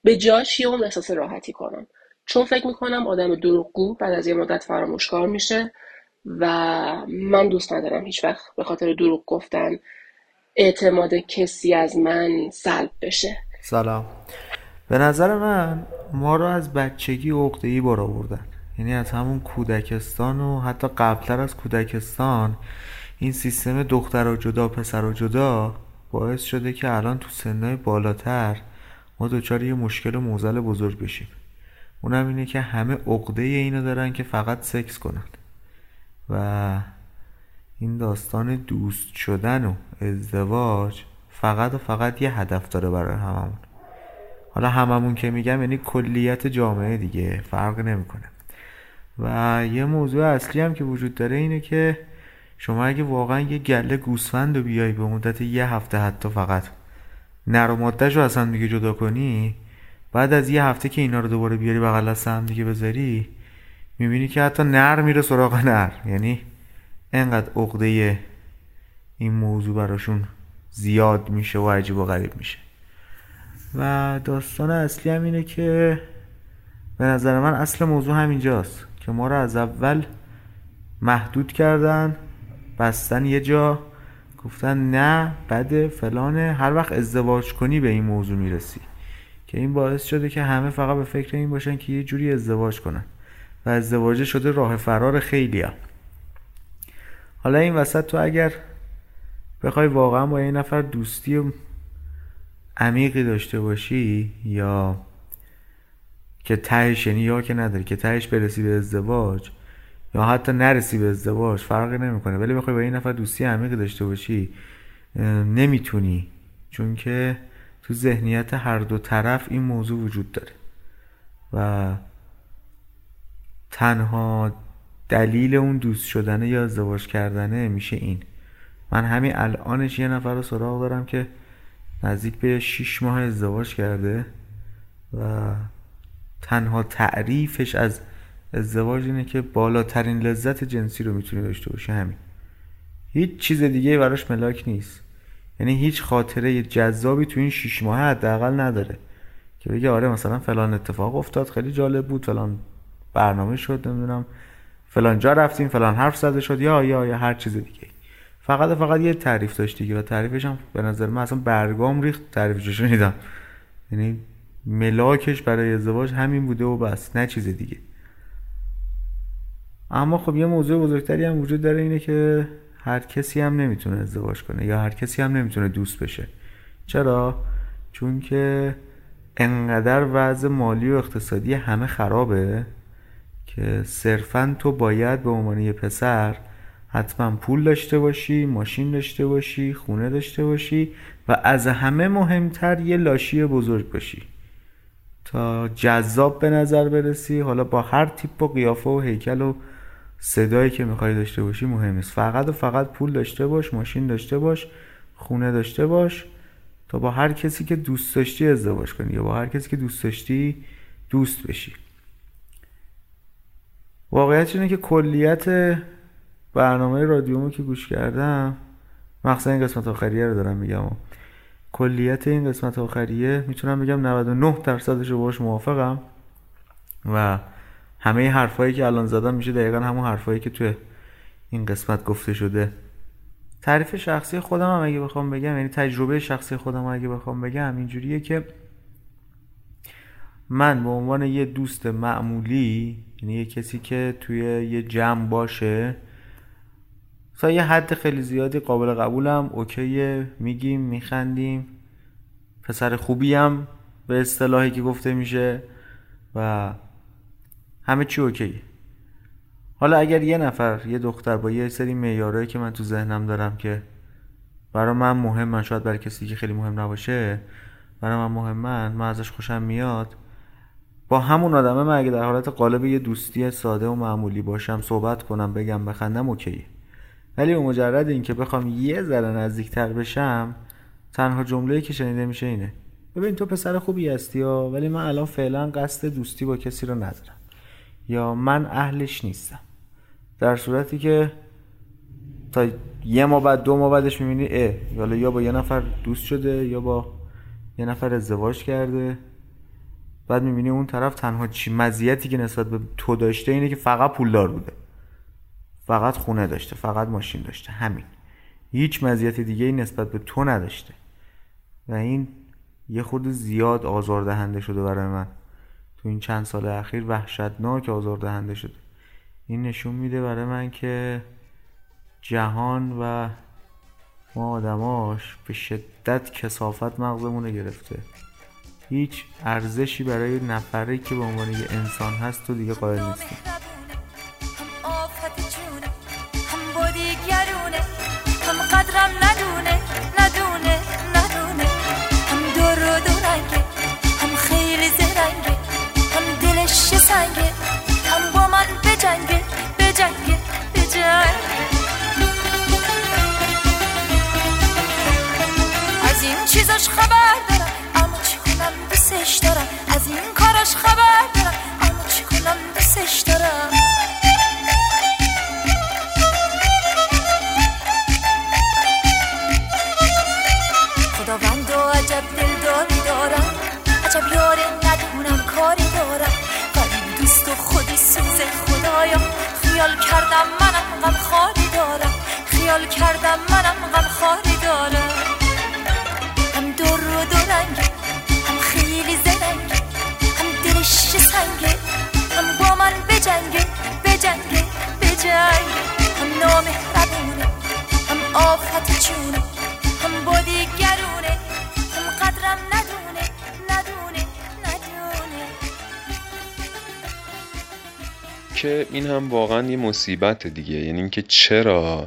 به جاش یه اون احساس راحتی کنم، چون فکر میکنم آدم دروغگو بعد از یه مدت فراموشکار میشه و من دوست ندارم هیچ وقت به خاطر دروغ گفتن اعتماد کسی از من سلب بشه. سلام. به نظر من ما رو از بچگی عقده‌ای بار آوردن، یعنی از همون کودکستان و حتی قبلتر از کودکستان این سیستم دختر و جدا پسر و جدا باعث شده که الان تو سنهای بالاتر ما دوچار یه مشکل و معضل بزرگ بشیم. اونم اینه که همه عقده اینو دارن که فقط سکس کنن و این داستان دوست شدن و ازدواج فقط و فقط یه هدف داره برای هممون. حالا هممون که میگم یعنی کلیت جامعه دیگه، فرق نمیکنه. و یه موضوع اصلی هم که وجود داره اینه که شما اگه واقعا یه گله گوسفند رو بیای به مدت یه هفته حتی فقط نر و ماده‌شو از هم دیگه جدا کنی، بعد از یه هفته که اینا رو دوباره بیاری بغل دست هم دیگه بذاری، میبینی که حتی نر میره سراغ نر. یعنی انقدر عقده این موضوع براشون زیاد میشه و عجیب و غریب میشه. و داستان اصلی هم اینه که به نظر من اصل موضوع همینجاست که ما رو از اول محدود کردن، بستن یه جا، گفتن نه بده فلانه، هر وقت ازدواج کنی به این موضوع میرسی که این باعث شده که همه فقط به فکر این باشن که یه جوری ازدواج کنن و ازدواج شده راه فرار خیلی هم. حالا این وسط تو اگر بخوای واقعا با یه نفر دوستی عمیقی داشته باشی یا که تهش، یعنی یا که نداری که تهش برسی به ازدواج یا حتی نرسی به ازدواج، فرقی نمیکنه، ولی بخوای با این نفر دوستی عمیقی داشته باشی نمیتونی، چون که تو ذهنیت هر دو طرف این موضوع وجود داره و تنها دلیل اون دوست شدنه یا ازدواج کردنه میشه این. من همین الانش یه نفر رو سراغ دارم که نزدیک به شیش ماه ازدواج کرده و تنها تعریفش از ازدواج اینه که بالاترین لذت جنسی رو میتونی داشته باشی، همین، هیچ چیز دیگه براش ملاک نیست. یعنی هیچ خاطره جذابی تو این شیش ماه حداقل نداره که بگه آره مثلا فلان اتفاق افتاد خیلی جالب بود، فلان برنامه شد، نمیدونم فلان جا رفتیم، فلان حرف زده شد، یا یا یا هر چیز دیگه. فقط فقط یه تعریف داشت دیگه و تعریفش هم به نظر من اصلا برگام ریخت تعریفش رو شنیدم. یعنی ملاکش برای ازدواج همین بوده و بس، نه چیز دیگه. اما خب یه موضوع بزرگتری هم وجود داره، اینه که هر کسی هم نمیتونه ازدواج کنه یا هر کسی هم نمیتونه دوست بشه. چرا؟ چون که انقدر وضع مالی و اقتصادی همه خرابه که صرفاً تو باید به عنوان یه پسر حتما پول داشته باشی، ماشین داشته باشی، خونه داشته باشی و از همه مهمتر یه لاشی بزرگ باشی تا جذاب به نظر برسی. حالا با هر تیپ و قیافه و هیکل و صدایی که میخوای داشته باشی مهم نیست، فقط و فقط پول داشته باش، ماشین داشته باش، خونه داشته باش تا با هر کسی که دوست داشتی ازدواج کنی یا با هر کسی که دوست داشتی دوست بشی. واقعیت اینه که کلیت برنامه رادیومو که گوش کردم، مخصوصا این قسمت آخریه رو دارم میگم، کلیت این قسمت آخریه میتونم بگم نود و نه درصدش رو باش موافقم و همه حرفایی که الان زدم میشه دقیقا همون حرفایی که توی این قسمت گفته شده. تعریف شخصی خودم هم اگه بخوام بگم، یعنی تجربه شخصی خودم هم اگه بخوام بگم، اینجوریه که من به عنوان یه دوست معمولی، یعنی یه کسی که توی یه جمع باشه تا یه حد خیلی زیادی قابل قبولم، اوکیه، میگیم، میخندیم، پسر خوبیم به اصطلاحی که گفته میشه و همه چی اوکیه. حالا اگر یه نفر، یه دختر با یه سری معیارایی که من تو ذهنم دارم که برای من مهمن، شاید برای کسی که خیلی مهم نباشه برای من مهمن، من ازش خوشم میاد، با همون آدمه من اگه در حالت قالب یه دوستی ساده و معمولی باشم، صحبت کنم، بگم، بخندم، اوکیه. ولی به مجرد این که بخوام یه ذره نزدیکتر بشم، تنها جمله‌ای که شنیده میشه اینه: ببین تو پسر خوبی هستی ها، ولی من الان فعلا قصد دوستی با کسی رو ندارم یا من اهلش نیستم. در صورتی که تا یه ماه بعد، دو ماه بعدش میبینی اه، یا با یه نفر دوست شده یا با یه نفر ازدواج کرده بعد میبینی اون طرف تنها چی مزیتی که نسبت به تو داشته اینه که فقط پولدار بوده، فقط خونه داشته، فقط ماشین داشته، همین، هیچ مزیت دیگه ای نسبت به تو نداشته. و این یه خورده زیاد آزاردهنده شده برای من تو این چند سال اخیر، وحشتناک آزاردهنده شده. این نشون میده برای من که جهان و ما آدماش به شدت کثافت مغزمونه گرفته. هیچ ارزشی برای نفری که به عنوان یه انسان هست تو دیگه قائل نیستی. هم قدرم ندونه ندونه ندونه، هم دور و دورنگه، هم خیلی زرنگه، هم دلش سنگه، هم با من بجنگه بجنگه بجنگه. از این چیزاش خبر دارم اما چی کنم دوستش دارم، از این کاراش خبر دارم اما چی کنم دوستش دارم. خداوند و عجب دلداری دارم، عجب یاره ندونم کاری دارم، غریب دوست و خودی سوز خدایا. خیال کردم منم غم خاری دارم، خیال کردم منم غم خاری دارم. هم دور و دورنگه، هم خیلی زرنگه، هم دلش سنگه، هم با من بجنگه بجنگه بجنگه. هم نامهربونه، هم آفت چونه، هم با دیگرونه، هم قدرم ندونه ندونه ندونه. که این هم واقعا یه مصیبت دیگه. یعنی اینکه چرا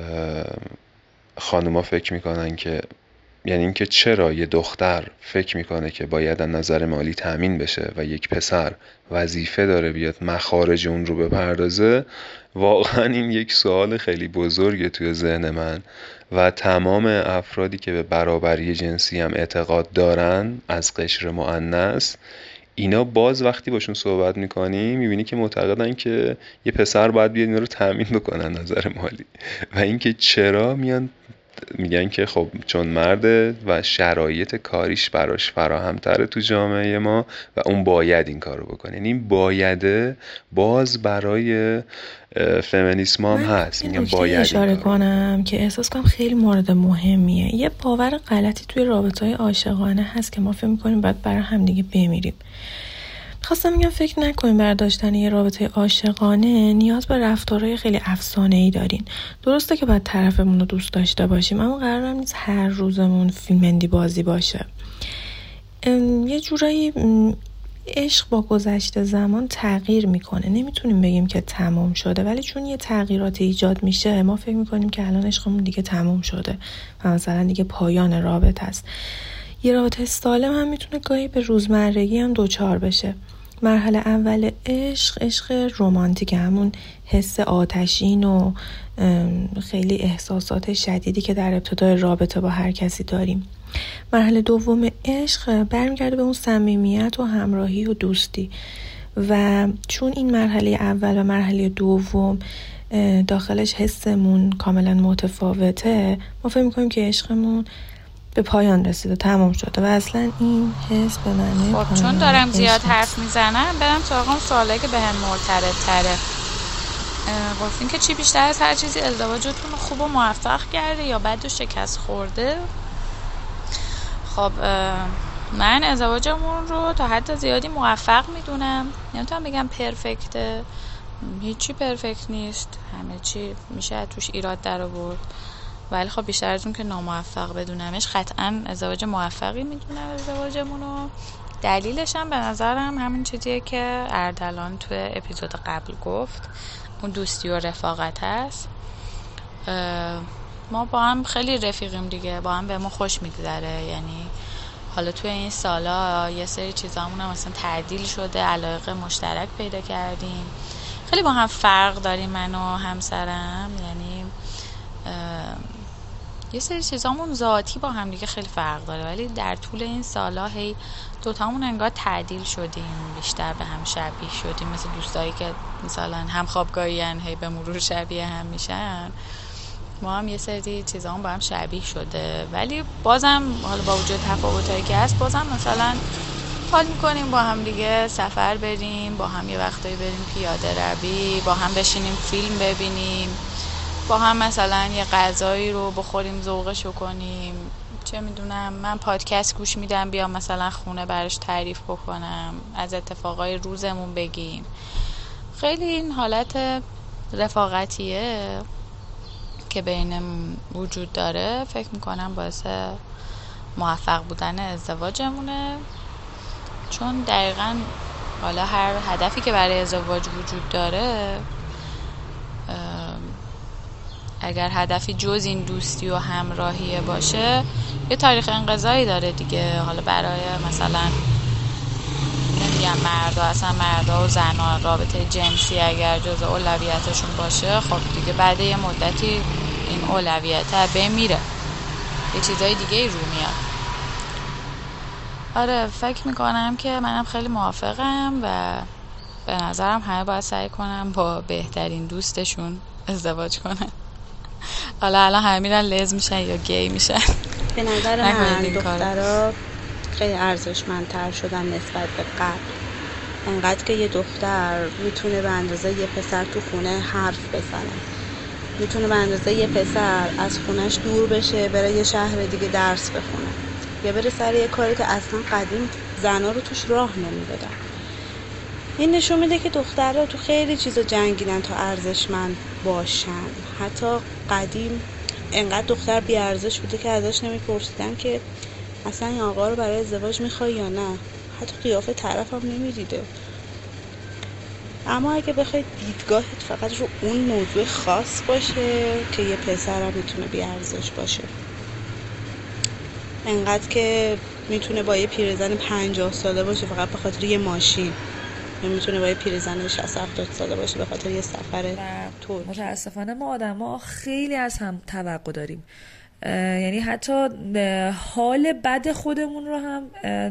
خانوما فکر میکنن که یعنی اینکه چرا یه دختر فکر میکنه که باید از نظر مالی تأمین بشه و یک پسر وظیفه داره بیاد مخارج اون رو بپردازه. واقعا این یک سوال خیلی بزرگه توی ذهن من و تمام افرادی که به برابری جنسی هم اعتقاد دارن از قشر مؤنث، اینا باز وقتی باشون صحبت میکنی میبینی که معتقدن که یه پسر باید بیاد اینا رو تأمین بکنن نظر مالی. و اینکه چرا میان میگن که خب چون مرده و شرایط کاریش براش فراهم‌تره تو جامعه ما و اون باید این کارو بکنه. یعنی این بایده باز برای فمینیسم هم هست. میگم باید اشاره کنم که احساس کنم خیلی مورد مهمیه. یه باور غلطی توی رابطه‌های عاشقانه هست که ما فکر می‌کنیم باید برای همدیگه بمیریم. خواستم میگم فکر نکنیم برای داشتن یه رابطه عاشقانه نیاز به رفتارهای خیلی افسانه‌ای دارین. درسته که باید طرفمون رو دوست داشته باشیم، اما قرار نیست هر روزمون فیلم هندی بازی باشه. یه جورایی عشق با گذشت زمان تغییر میکنه. نمیتونیم بگیم که تمام شده، ولی چون یه تغییرات ایجاد میشه ما فکر میکنیم که الان عشقمون دیگه تمام شده و مثلا دیگه پایان رابطه است. یه رابطه سالم هم میتونه گاهی به روزمرگی هم دوچار بشه. مرحله اول عشق عشق رمانتیک، همون حس آتشین و خیلی احساسات شدیدی که در ابتدای رابطه با هر کسی داریم. مرحله دوم عشق برمیگرده به اون صمیمیت و همراهی و دوستی و چون این مرحله اول و مرحله دوم داخلش حسمون کاملا متفاوته، ما فکر می‌کنیم که عشقمون به پایان رسیده، تمام شده و اصلا این حس به معنی خب چون دارم زیاد حرف میزنم برم سراغ اون سوالایی که بهم مرتبط تره. گفتین که چی بیشتر از هر چیزی ازدواجتون خوب و موفق کرده یا بد و شکست خورده؟ خب من ازدواجمون رو تا حد زیادی موفق میدونم. نمیتونم بگم پرفکته، هیچی پرفکت نیست، همه چی میشه توش ایراد در آورد، ولی خب بیشتر از اون که ناموفق بدونمش قطعا ازدواج موفقی میدونم ازدواجمون رو. دلیلش هم به نظرم همین چیزیه که اردلان تو اپیزود قبل گفت، اون دوستی و رفاقت هست. ما با هم خیلی رفیقیم دیگه، با هم به ما خوش میگذره. یعنی حالا توی این سالا یه سری چیزامون هم مثلا تعدیل شده، علاقه مشترک پیدا کردیم، خیلی با هم فرق داریم من و همسرم. یعنی یه سری چیزامون ذاتی با هم دیگه خیلی فرق داره، ولی در طول این سالا هی دوتامون انگار تعدیل شدیم، بیشتر به هم شبیه شدیم، مثل دوستایی که مثلا هم خوابگاهی‌ان هی به مرور شبیه هم میشن. ما هم یه سری چیزامون با هم شبیه شده، ولی بازم حالا با وجود تفاوتایی که هست بازم مثلا حال میکنیم با هم دیگه سفر بریم، با هم یه وقتایی بریم پیاده روی، با هم بشینیم فیلم ببینیم، با هم مثلا یه غذایی رو بخوریم ذوقشو کنیم، چه میدونم من پادکست گوش میدم بیام مثلا خونه براش تعریف بکنم، از اتفاقای روزمون بگیم. خیلی این حالت رفاقتیه که بینمون وجود داره فکر میکنم باعث موفق بودن ازدواجمونه، چون دقیقاً حالا هر هدفی که برای ازدواج وجود داره اگر هدفی جز این دوستی و همراهیه باشه یه تاریخ انقضایی داره دیگه. حالا برای مثلا نمیگم مردا، اصلا مردا و زنها رابطه جنسی اگر جز اولویتشون باشه خب دیگه بعد یه مدتی این اولویت بین میره، یه چیزای دیگه ای رو میاد. آره فکر میکنم که منم خیلی موافقم و به نظرم همه باید سعی کنم با بهترین دوستشون ازدواج کنن. حالا الان همه میرن لز میشن یا گی میشن. به نظر من دخترها خیلی ارزشمندتر شدن نسبت به قبل. انقدر که یه دختر میتونه به اندازه یه پسر تو خونه حرف بزنه، میتونه به اندازه یه پسر از خونش دور بشه بره یه شهر دیگه درس بخونه یا بره سر یه کاری که اصلا قدیم زنا رو توش راه نمیدادن. این نشون میده که دخترها تو خیلی چیزا جنگیدن تا ارزشمند باشن. حتی قدیم انقدر دختر بی ارزش بوده که ازش نمیپرسیدن که اصلا این آقا رو برای ازدواج میخوای یا نه، حتی قیافه طرف هم نمیدیده. اما اگه بخوای دیدگاهت فقط رو اون موضوع خاص باشه که یه پسر هم میتونه بی ارزش باشه، انقدر که میتونه با یه پیرزن پنجاه ساله باشه فقط به خاطر یه ماشین، یا میتونه با یه پیرزن شصت هفتاد ساله باشه به خاطر یه سفر تور. متاسفانه ما آدما خیلی از هم توقع داریم، یعنی حتی حال بد خودمون رو هم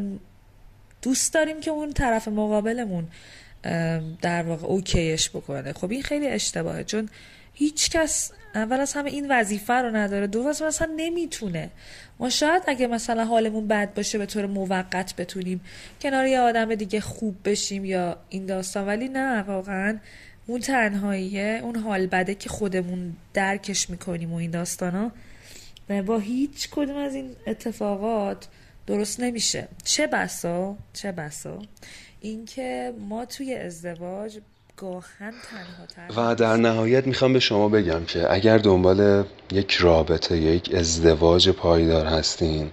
دوست داریم که اون طرف مقابلمون در واقع اوکیش بکنه. خب این خیلی اشتباهه، چون هیچ کس اول از همه این وظیفه رو نداره، دوم مثلا نمیتونه. ما شاید اگه مثلا حالمون بد باشه به طور موقت بتونیم کنار یه آدم دیگه خوب بشیم یا این داستان، ولی نه، واقعا اون تنهاییه، اون حال بده که خودمون درکش میکنیم و این داستانا با هیچ کدوم از این اتفاقات درست نمیشه. چه بسا چه بسا اینکه ما توی ازدواج گاهن تنها تر. و در نهایت میخوام به شما بگم که اگر دنبال یک رابطه یا یک ازدواج پایدار هستین،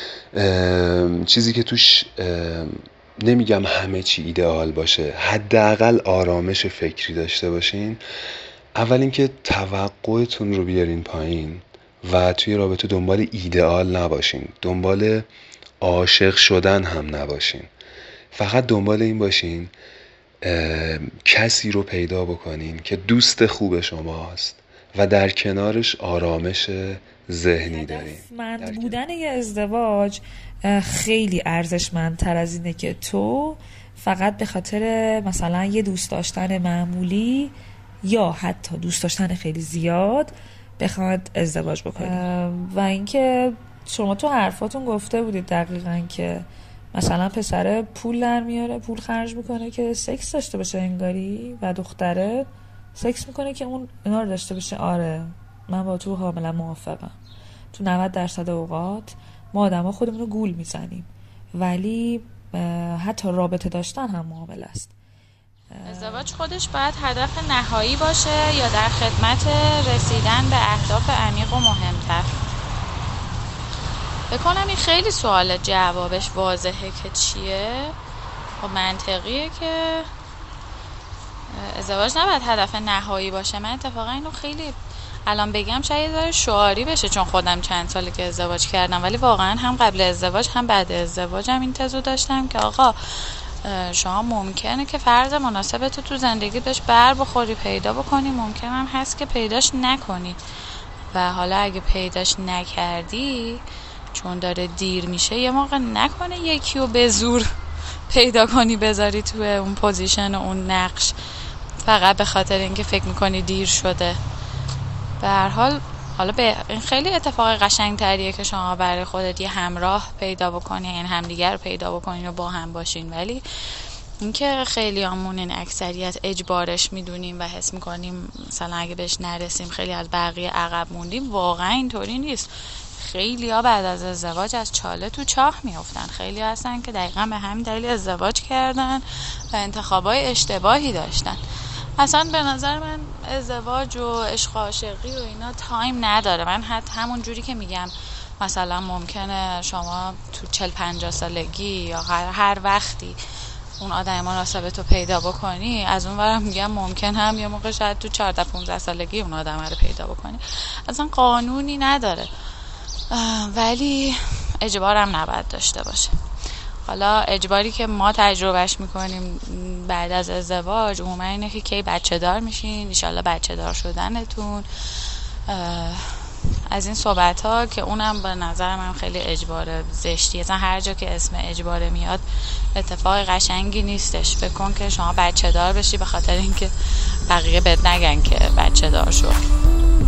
چیزی که توش نمیگم همه چی ایدئال باشه، حداقل آرامش فکری داشته باشین. اول اینکه توقعتون رو بیارین پایین و توی رابطه دنبال ایدئال نباشین، دنبال عاشق شدن هم نباشین، فقط دنبال این باشین کسی رو پیدا بکنین که دوست خوب شماست و در کنارش آرامش ذهنی دارین. هدفمند بودن یه ازدواج خیلی ارزشمندتر از اینه که تو فقط به خاطر مثلا یه دوست داشتن معمولی یا حتی دوست داشتن خیلی زیاد بخواد ازدواج بکنی. و اینکه شما تو حرفاتون گفته بودید دقیقاً که مثلا پسره پول در میاره، پول خرج میکنه که سکس داشته باشه انگاری، و دختره سکس میکنه که اون اینا رو داشته باشه. آره من با تو کاملا موافقم. تو نود درصد اوقات ما آدما خودمون رو گول میزنیم، ولی حتی رابطه داشتن هم معامله است. ازدواج خودش باید هدف نهایی باشه یا در خدمت رسیدن به اهداف عمیق و مهمتر؟ بکنم این خیلی سوال جوابش واضحه که چیه. و منطقیه که ازدواج نباید هدف نهایی باشه. من اتفاقا اینو خیلی الان بگم شاید داره شعاری بشه چون خودم چند ساله که ازدواج کردم، ولی واقعا هم قبل ازدواج هم بعد ازدواجم این تزو داشتم که آقا شما ممکنه که فرد مناسبت تو زندگی بهش بر بخوری، پیدا بکنی، ممکنه هم هست که پیداش نکنی، و حالا اگه پیداش نکردی چون داره دیر میشه یه موقع نکنه یکی رو به زور پیدا کنی بذاری توی اون پوزیشن و اون نقش فقط به خاطر اینکه فکر میکنی دیر شده. به هر حال حالا به این خیلی اتفاق قشنگ تریه که شما برای خودت یه همراه پیدا بکنین، یعنی همدیگر رو پیدا بکنین و با هم باشین. ولی اینکه خیلی همون این اکثریت اجبارش میدونیم و حس میکنیم مثلا اگه بهش نرسیم خیلی از بقیه عقب موندیم، واقعا اینطوری نیست. خیلی ها بعد از ازدواج از چاله تو چاه میافتن. خیلی هستن که دقیقا به همین دلیل ازدواج کردن و انتخابای اشتباهی داشتن. اصلا به نظر من ازدواج و عشق و عاشقی و اینا تایم نداره. من حتی همون جوری که میگم مثلا ممکنه شما تو چل پنجاه سالگی یا هر, هر وقتی اون آدم مناسب تو پیدا بکنی، از اون ورم میگم ممکن هم یه موقع شاید تو چهارده پانزده سالگی اون آدم رو پیدا بکنی. اصلا قانونی نداره، ولی اجبارم نباید داشته باشه. حالا اجباری که ما تجربهش میکنیم بعد از ازدواج عموما اینه که کی بچه دار میشین، انشالله بچه دار شدنتون، از این صحبت ها که اونم به نظر من خیلی اجبار زشتی. اصلا هر جا که اسم اجباره میاد اتفاق قشنگی نیستش. فکر کن که شما بچه دار بشی به خاطر اینکه بقیه بهت نگن که بچه دار شد.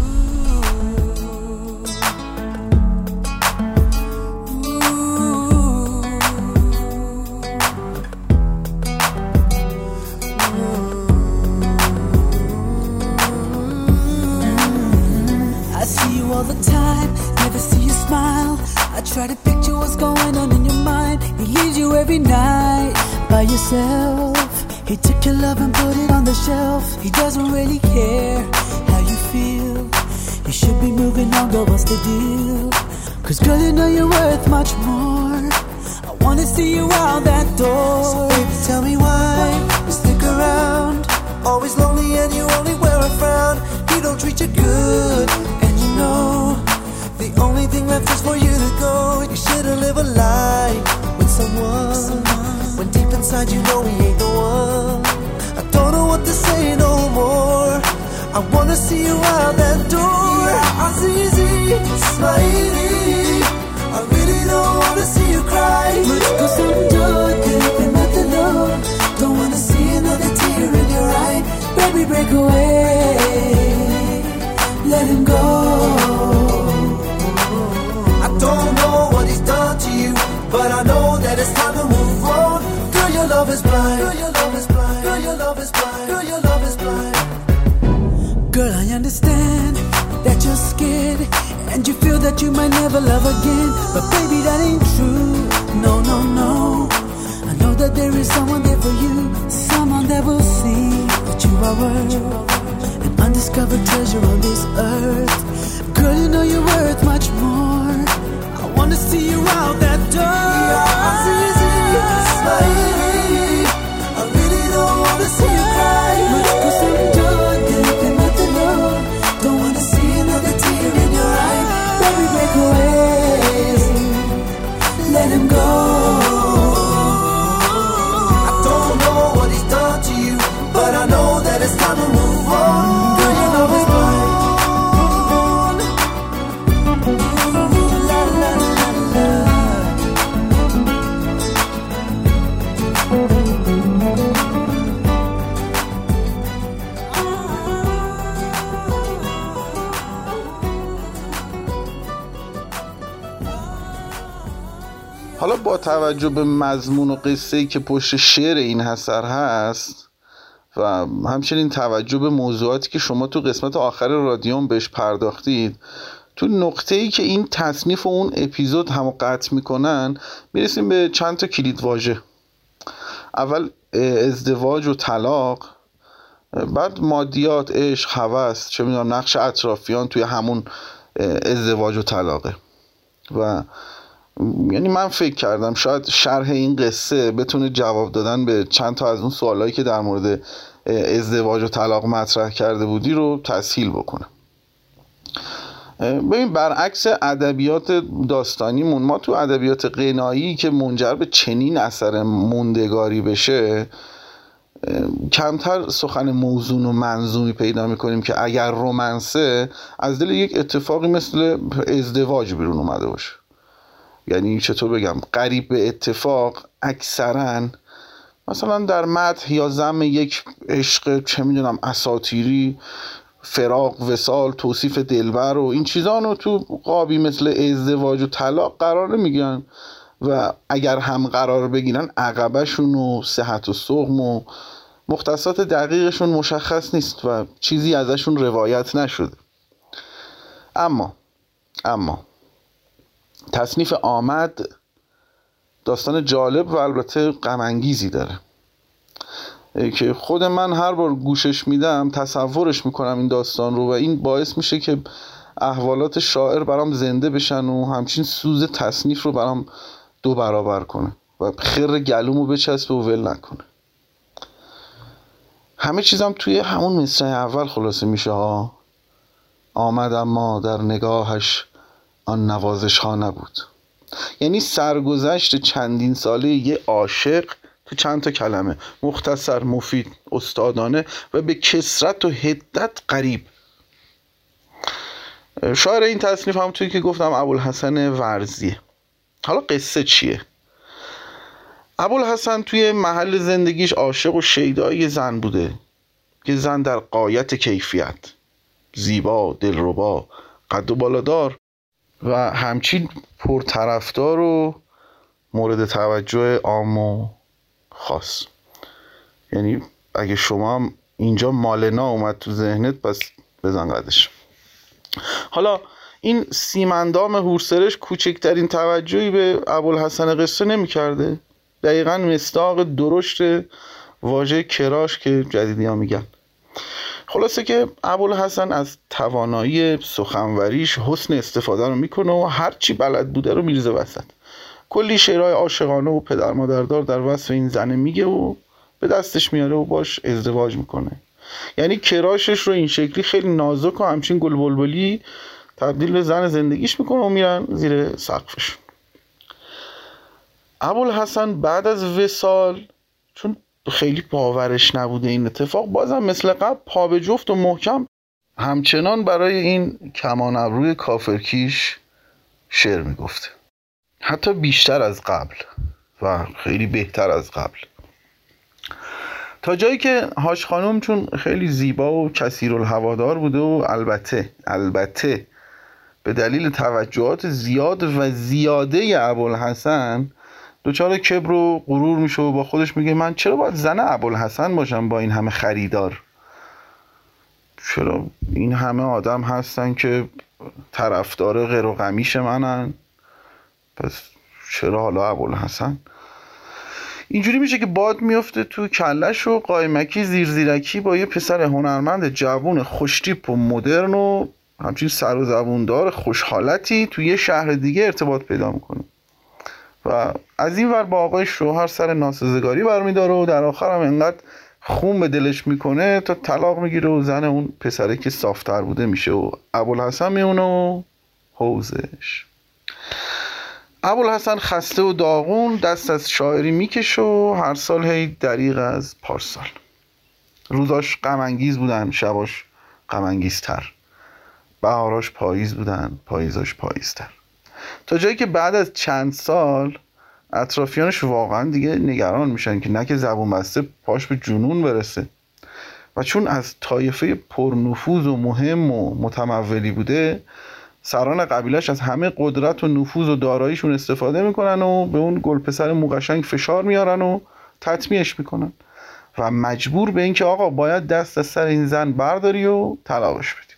All the time, never see you smile. I try to picture what's going on in your mind. He leaves you every night by yourself. He took your love and put it on the shelf. He doesn't really care how you feel. You should be moving on, girl, what's the deal? Cause girl, you know you're worth much more. I wanna see you out that door. So baby, tell me why you stick around. Always lonely and you only wear a frown. He don't treat you good. No, the only thing left is for you to go. You shouldn't live a life with someone when deep inside you know he ain't the one. I don't know what to say no more. I wanna see you out that door. Yeah, Azizi, Smiley, I really don't wanna see you cry. Muchko samjho dil pe mat lo, don't wanna see another tear in your eye. Baby, break away, let him go. I don't know what he's done to you, but I know that it's time to move on. Girl, your love is blind. Girl, your love is blind. Girl, your love is blind. Girl, your love is blind. Girl, I understand that you're scared and you feel that you might never love again, but baby, that ain't true. No, no, no. I know that there is someone there for you, someone that will see that you are worth an undiscovered treasure on this earth. Girl, you know you're worth much more. I wanna see you out that door. Yeah, Azizi, Smiley, I really don't wanna see you cry. Muchko samjho dil pe mat lo, don't wanna see another tear in your eye. Baby, break away, let him go. I don't know what he's done to you, but I know that it's time to move on. Girl, your love is blind. حالا با توجه به مضمون و قصه‌ای که پشت شعر این اثر هست و همچنین توجه به موضوعاتی که شما تو قسمت آخر رادیوم بهش پرداختید، تو نقطه‌ای که این تصنیف و اون اپیزود همو قطع میکنن میرسیم به چند تا کلید واژه. اول ازدواج و طلاق، بعد مادیات، عشق، هوس، چه میدونم نقش اطرافیان توی همون ازدواج و طلاقه. و یعنی من فکر کردم شاید شرح این قصه بتونه جواب دادن به چند تا از اون سوالایی که در مورد ازدواج و طلاق مطرح کرده بودی رو تسهیل بکنه. ببین، برعکس ادبیات داستانیمون، ما تو ادبیات غنایی که منجر به چنین اثر موندگاری بشه کمتر سخن موزون و منظومی پیدا میکنیم که اگر رومنسه از دل یک اتفاقی مثل ازدواج بیرون اومده باشه. یعنی چطور بگم، قریب به اتفاق اکثرا مثلا در مدح یا ذم یک عشق چه میدونم اساطیری فراق، وصال، توصیف دلبر و این چیزان رو تو قابی مثل ازدواج و طلاق قرار نمیگیرن و اگر هم قرار بگیرن عقبشون و صحت و سقم و مختصات دقیقشون مشخص نیست و چیزی ازشون روایت نشده. اما اما تصنیف آمد داستان جالب و البته غم انگیزی داره که خود من هر بار گوشش میدم تصورش میکنم این داستان رو و این باعث میشه که احوالات شاعر برام زنده بشن و همچین سوز تصنیف رو برام دو برابر کنه و خر گلومو بچسبه و ول نکنه. همه چیزم توی همون مصرع اول خلاصه میشه ها. آمد اما در نگاهش آن نوازش ها نبود. یعنی سرگذشت چندین ساله یه عاشق تو چند تا کلمه، مختصر، مفید، استادانه و به کثرت و حدت غریب. شاعر این تصنیف هم توی که گفتم ابوالحسن ورزیه. حالا قصه چیه؟ ابوالحسن توی محل زندگیش عاشق و شیدای زن بوده که زن در غایت کیفیت، زیبا، دلربا، قد و بالادار و همچین پرطرفدار و مورد توجه عام و خاص. یعنی اگه شما هم اینجا مالنا اومد تو ذهنت پس بزن قدش. حالا این سیمندام هورسرش کوچکترین توجهی به ابوالحسن قصه نمی کرده. دقیقاً مصداق درشت واژه کراش که جدیدی ها میگن. خلاصه که ابوالحسن از توانایی سخنوریش حسن استفاده رو میکنه و هر چی بلد بوده رو میریزه وسط. کلی شعرهای عاشقانه و پدر مادردار در وصف این زنه میگه و به دستش میاره و باش ازدواج میکنه. یعنی کراشش رو این شکلی خیلی نازک و همچین گل بلبلی تبدیل به زن زندگیش میکنه و میرن زیر سقفش. ابوالحسن بعد از وصال چون خیلی باورش نبوده این اتفاق، بازم مثل قبل پا به جفت و محکم همچنان برای این کمان ابروی کافرکیش شعر میگفته، حتی بیشتر از قبل و خیلی بهتر از قبل، تا جایی که هاش خانم چون خیلی زیبا و کثیرالهوادار بوده و البته البته به دلیل توجهات زیاد و زیاده ابوالحسن دوچار کبر و غرور میشه و با خودش میگه من چرا باید زن ابوالحسن باشم با این همه خریدار؟ چرا این همه آدم هستن که طرفدار غیر و قمیش منن؟ پس چرا حالا ابوالحسن؟ اینجوری میشه که باد میفته تو کلش و قایمکی زیر زیرکی با یه پسر هنرمند جوون خوشتیپ و مدرن و همچین سر و زبوندار خوشحالتی تو یه شهر دیگه ارتباط پیدا میکنه و از این ور با آقای شوهر سر ناسزگاری برمیداره و در آخر هم انقدر خون به دلش میکنه تا طلاق میگیره و زن اون پسره که صافتر بوده میشه و ابوالحسن میونه و حوزش. ابوالحسن خسته و داغون دست از شاعری میکشه و هر سال هی دریغ از پارسال. روزاش غم انگیز بودن، شباش غم انگیزتر، بهاراش پاییز بودن، پاییزاش پاییزتر، تا جایی که بعد از چند سال اطرافیانش واقعا دیگه نگران میشن که نه که زبون بسته پاش به جنون برسه و چون از طایفه پرنفوذ و مهم و متمولی بوده سران قبیلش از همه قدرت و نفوذ و داراییشون استفاده میکنن و به اون گلپسر موقشنگ فشار میارن و تطمیعش میکنن و مجبور به این که آقا باید دست از سر این زن برداری و طلاقش بدی.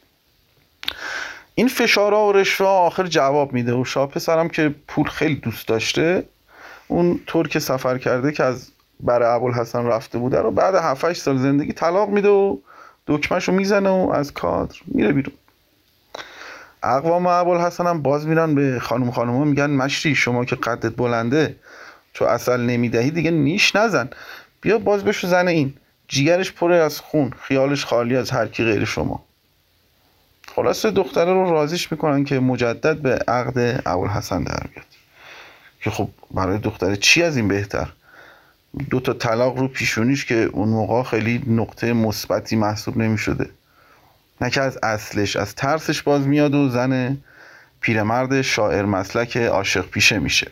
این فشارها و رشوه آخر جواب میده و شاه پسرم که پول خیلی دوست داشته اون ترک سفر کرده که از بر ابوالحسن رفته بوده رو بعد هفت هشت سال زندگی طلاق میده و دکمهشو میزنه و از کادر میره بیرون. اقوام ابوالحسن هم باز میرن به خانم خانوما میگن مشری شما که قدت بلنده تو عسل نمیدهی دیگه نیش نزن، بیا باز بشو زن این، جیگرش پر از خون، خیالش خالی از هر کی غیر شما. خلاصه دختره رو راضیش میکنن که مجدد به عقد ابوالحسن در بیاد که خب برای دختره چی از این بهتر؟ دو تا طلاق رو پیشونیش که اون موقع خیلی نقطه مثبتی محسوب نمیشده، نه که از اصلش از ترسش باز میاد و زن پیرمرد شاعر مسلک عاشق پیشه میشه.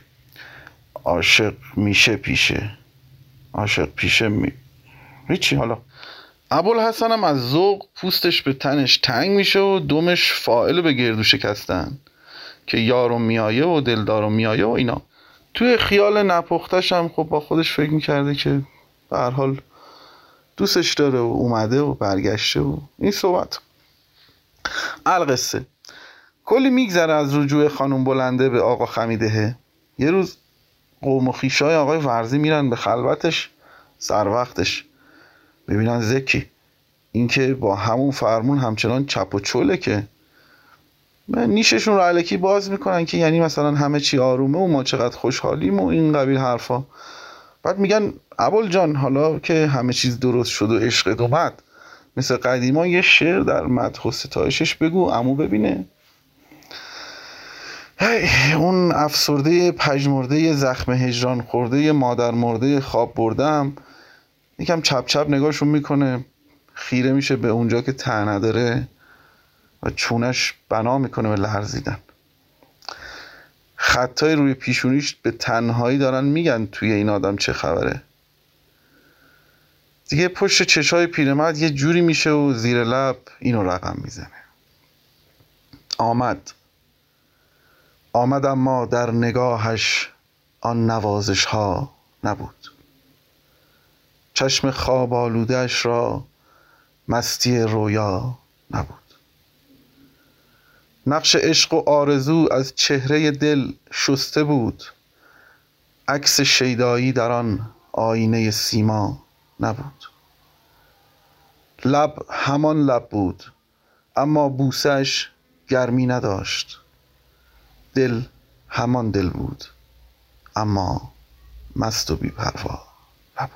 عاشق میشه پیشه عاشق پیشه می... هیچی. حالا ابوالحسن هم از ذوق پوستش به تنش تنگ میشه و دمش فاعل به گردو شکستن که یارو میایه و دلدارو میایه و اینا. توی خیال نپختش هم خب با خودش فکر میکرده که به هر حال دوستش داره و اومده و برگشته و این صحبت. القصه کلی میگذره از رجوع خانم بلنده به آقا خمیدهه. یه روز قوم و خویشای آقای ورزی میرن به خلوتش سر وقتش، ببینن زکی این که با همون فرمون همچنان چپ و چوله که نیششون رو الکی باز میکنن که یعنی مثلا همه چی آرومه و ما چقدر خوشحالیم و این قبیل حرفا. بعد میگن ابوال جان حالا که همه چیز درست شد و عشقت اومد مثل قدیما یه شعر در مدح و ستایشش بگو عمو ببینه. هی اون افسرده پژمرده زخم هجران خورده مادر مرده خواب بردم یکم چپ چپ نگاهشون میکنه، خیره میشه به اونجا که ته نداره و چونش بنا میکنه به لرزیدن. خطای روی پیشونیش به تنهایی دارن میگن توی این آدم چه خبره. دیگه پشت چشای پیرمرد یه جوری میشه و زیر لب اینو رقم میزنه. آمد آمد اما در نگاهش آن نوازش ها نبود. چشم خواب آلوده‌اش را مستی رویا نبود. نقش عشق و آرزو از چهره دل شسته بود. عکس شیدایی در آن آینه سیما نبود. لب همان لب بود اما بوسش گرمی نداشت. دل همان دل بود اما مست و بی‌پروا نبود.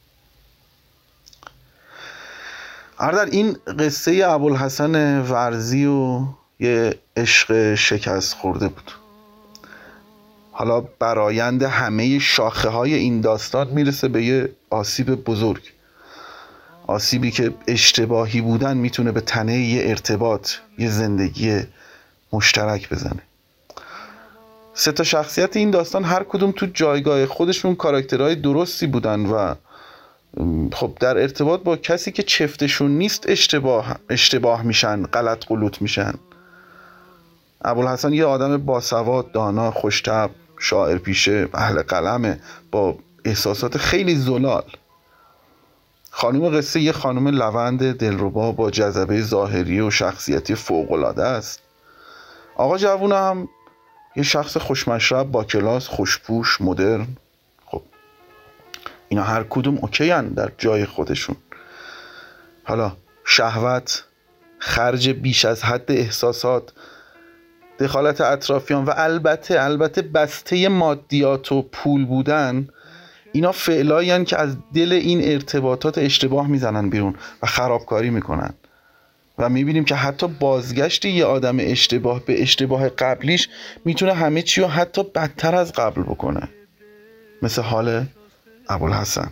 اردر این قصه ابوالحسن ورزی و یه عشق شکست خورده بود. حالا برآیند همه شاخه های این داستان میرسه به یه آسیب بزرگ، آسیبی که اشتباهی بودن میتونه به تنه یه ارتباط، یه زندگی مشترک بزنه. سه تا شخصیت این داستان هر کدوم تو جایگاه خودشون کاراکترهای درستی بودن و خب در ارتباط با کسی که چفتشون نیست اشتباه اشتباه میشن، غلط غلوط میشن. ابوالحسن یه آدم باسواد، دانا، خوش‌طبع، شاعر پیشه، اهل قلمه با احساسات خیلی زلال. خانم قصه یه خانم لوند دلربا با جذبه ظاهری و شخصیتی فوق‌العاده است. آقا جوونه هم یه شخص خوشمشرب با کلاس، خوشپوش، مدرن. خب اینا هر کدوم اوکی هن در جای خودشون. حالا شهوت، خرج بیش از حد احساسات، دخالت اطرافیان و البته البته بسته مادیات و پول بودن، اینا فعلایی هن که از دل این ارتباطات اشتباه میزنن بیرون و خرابکاری میکنن و میبینیم که حتی بازگشت یه آدم اشتباه به اشتباه قبلیش میتونه همه چی رو حتی بدتر از قبل بکنه، مثل حال ابوالحسن.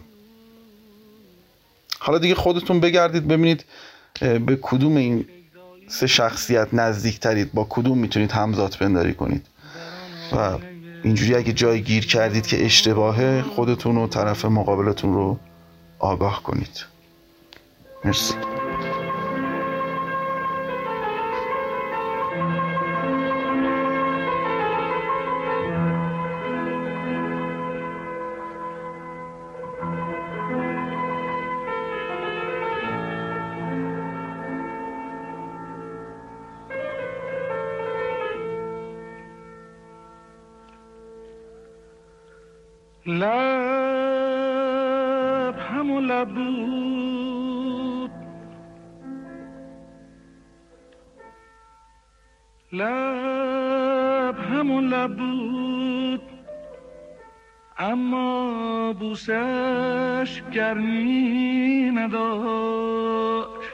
حالا دیگه خودتون بگردید ببینید به کدوم این سه شخصیت نزدیک ترید، با کدوم میتونید همزاد پنداری کنید و اینجوری اگه جای گیر کردید که اشتباهه خودتون و طرف مقابلتون رو آگاه کنید. مرسی. لب همون لب بود، لب همون لب بود، اما بوسش گرمی نداشت.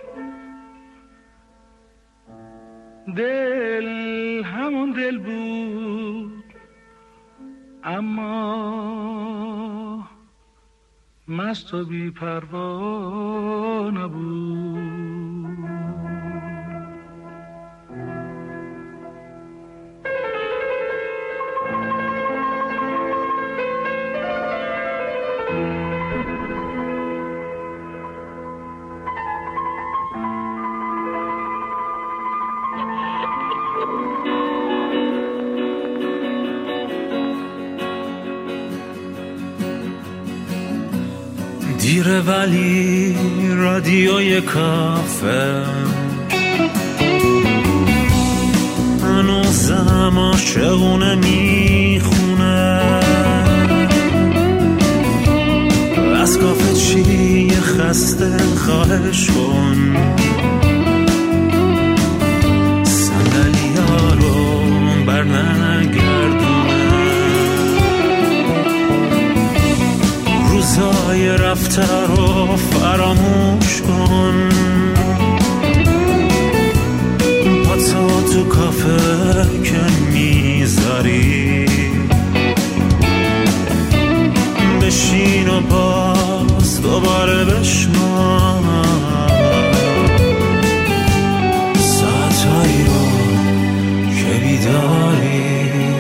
دل همون دل بود اما مست و بی پروا نبود. دیره ولی رادیوی کافه هنوزم عاشقونه میخونه از کافه چی خسته خواهش کن صندلی ها رو بر نگردونه روزای رفته رو فراموش کن پاتو تو کافه که میذاری بشین و باز دوباره بشنو ساعتایی رو که بیداری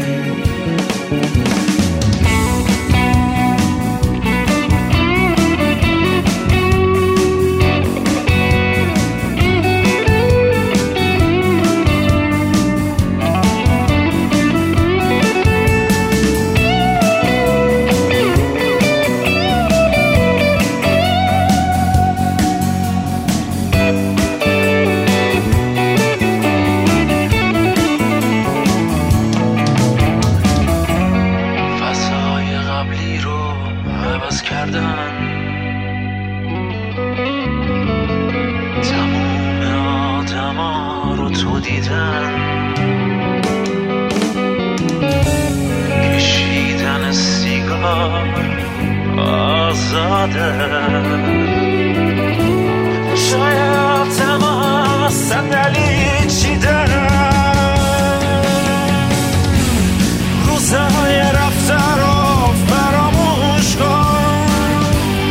کشیدن سیگار آزاده شاید تمام صندلی چیده روزهای رفته رو فراموش کن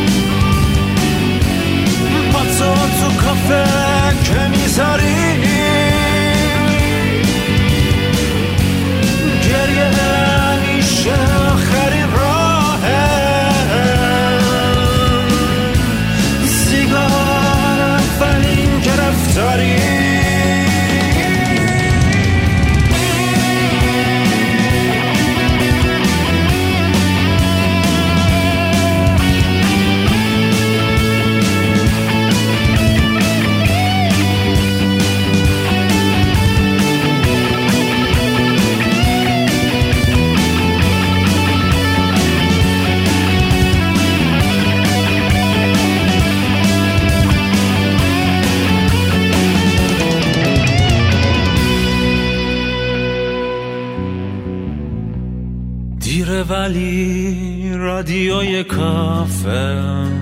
با تو تو کافه که میذاری آخرین راهه سیگار اولین گرفتاری ولی رادیوی کافه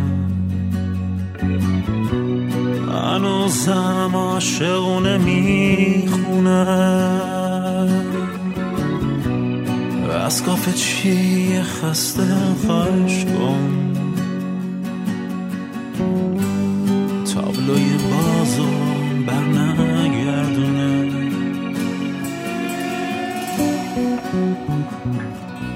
هنوزم عاشقونه میخونه از کافه چی خسته خواهش کن تابلوی بازو بر نگردونه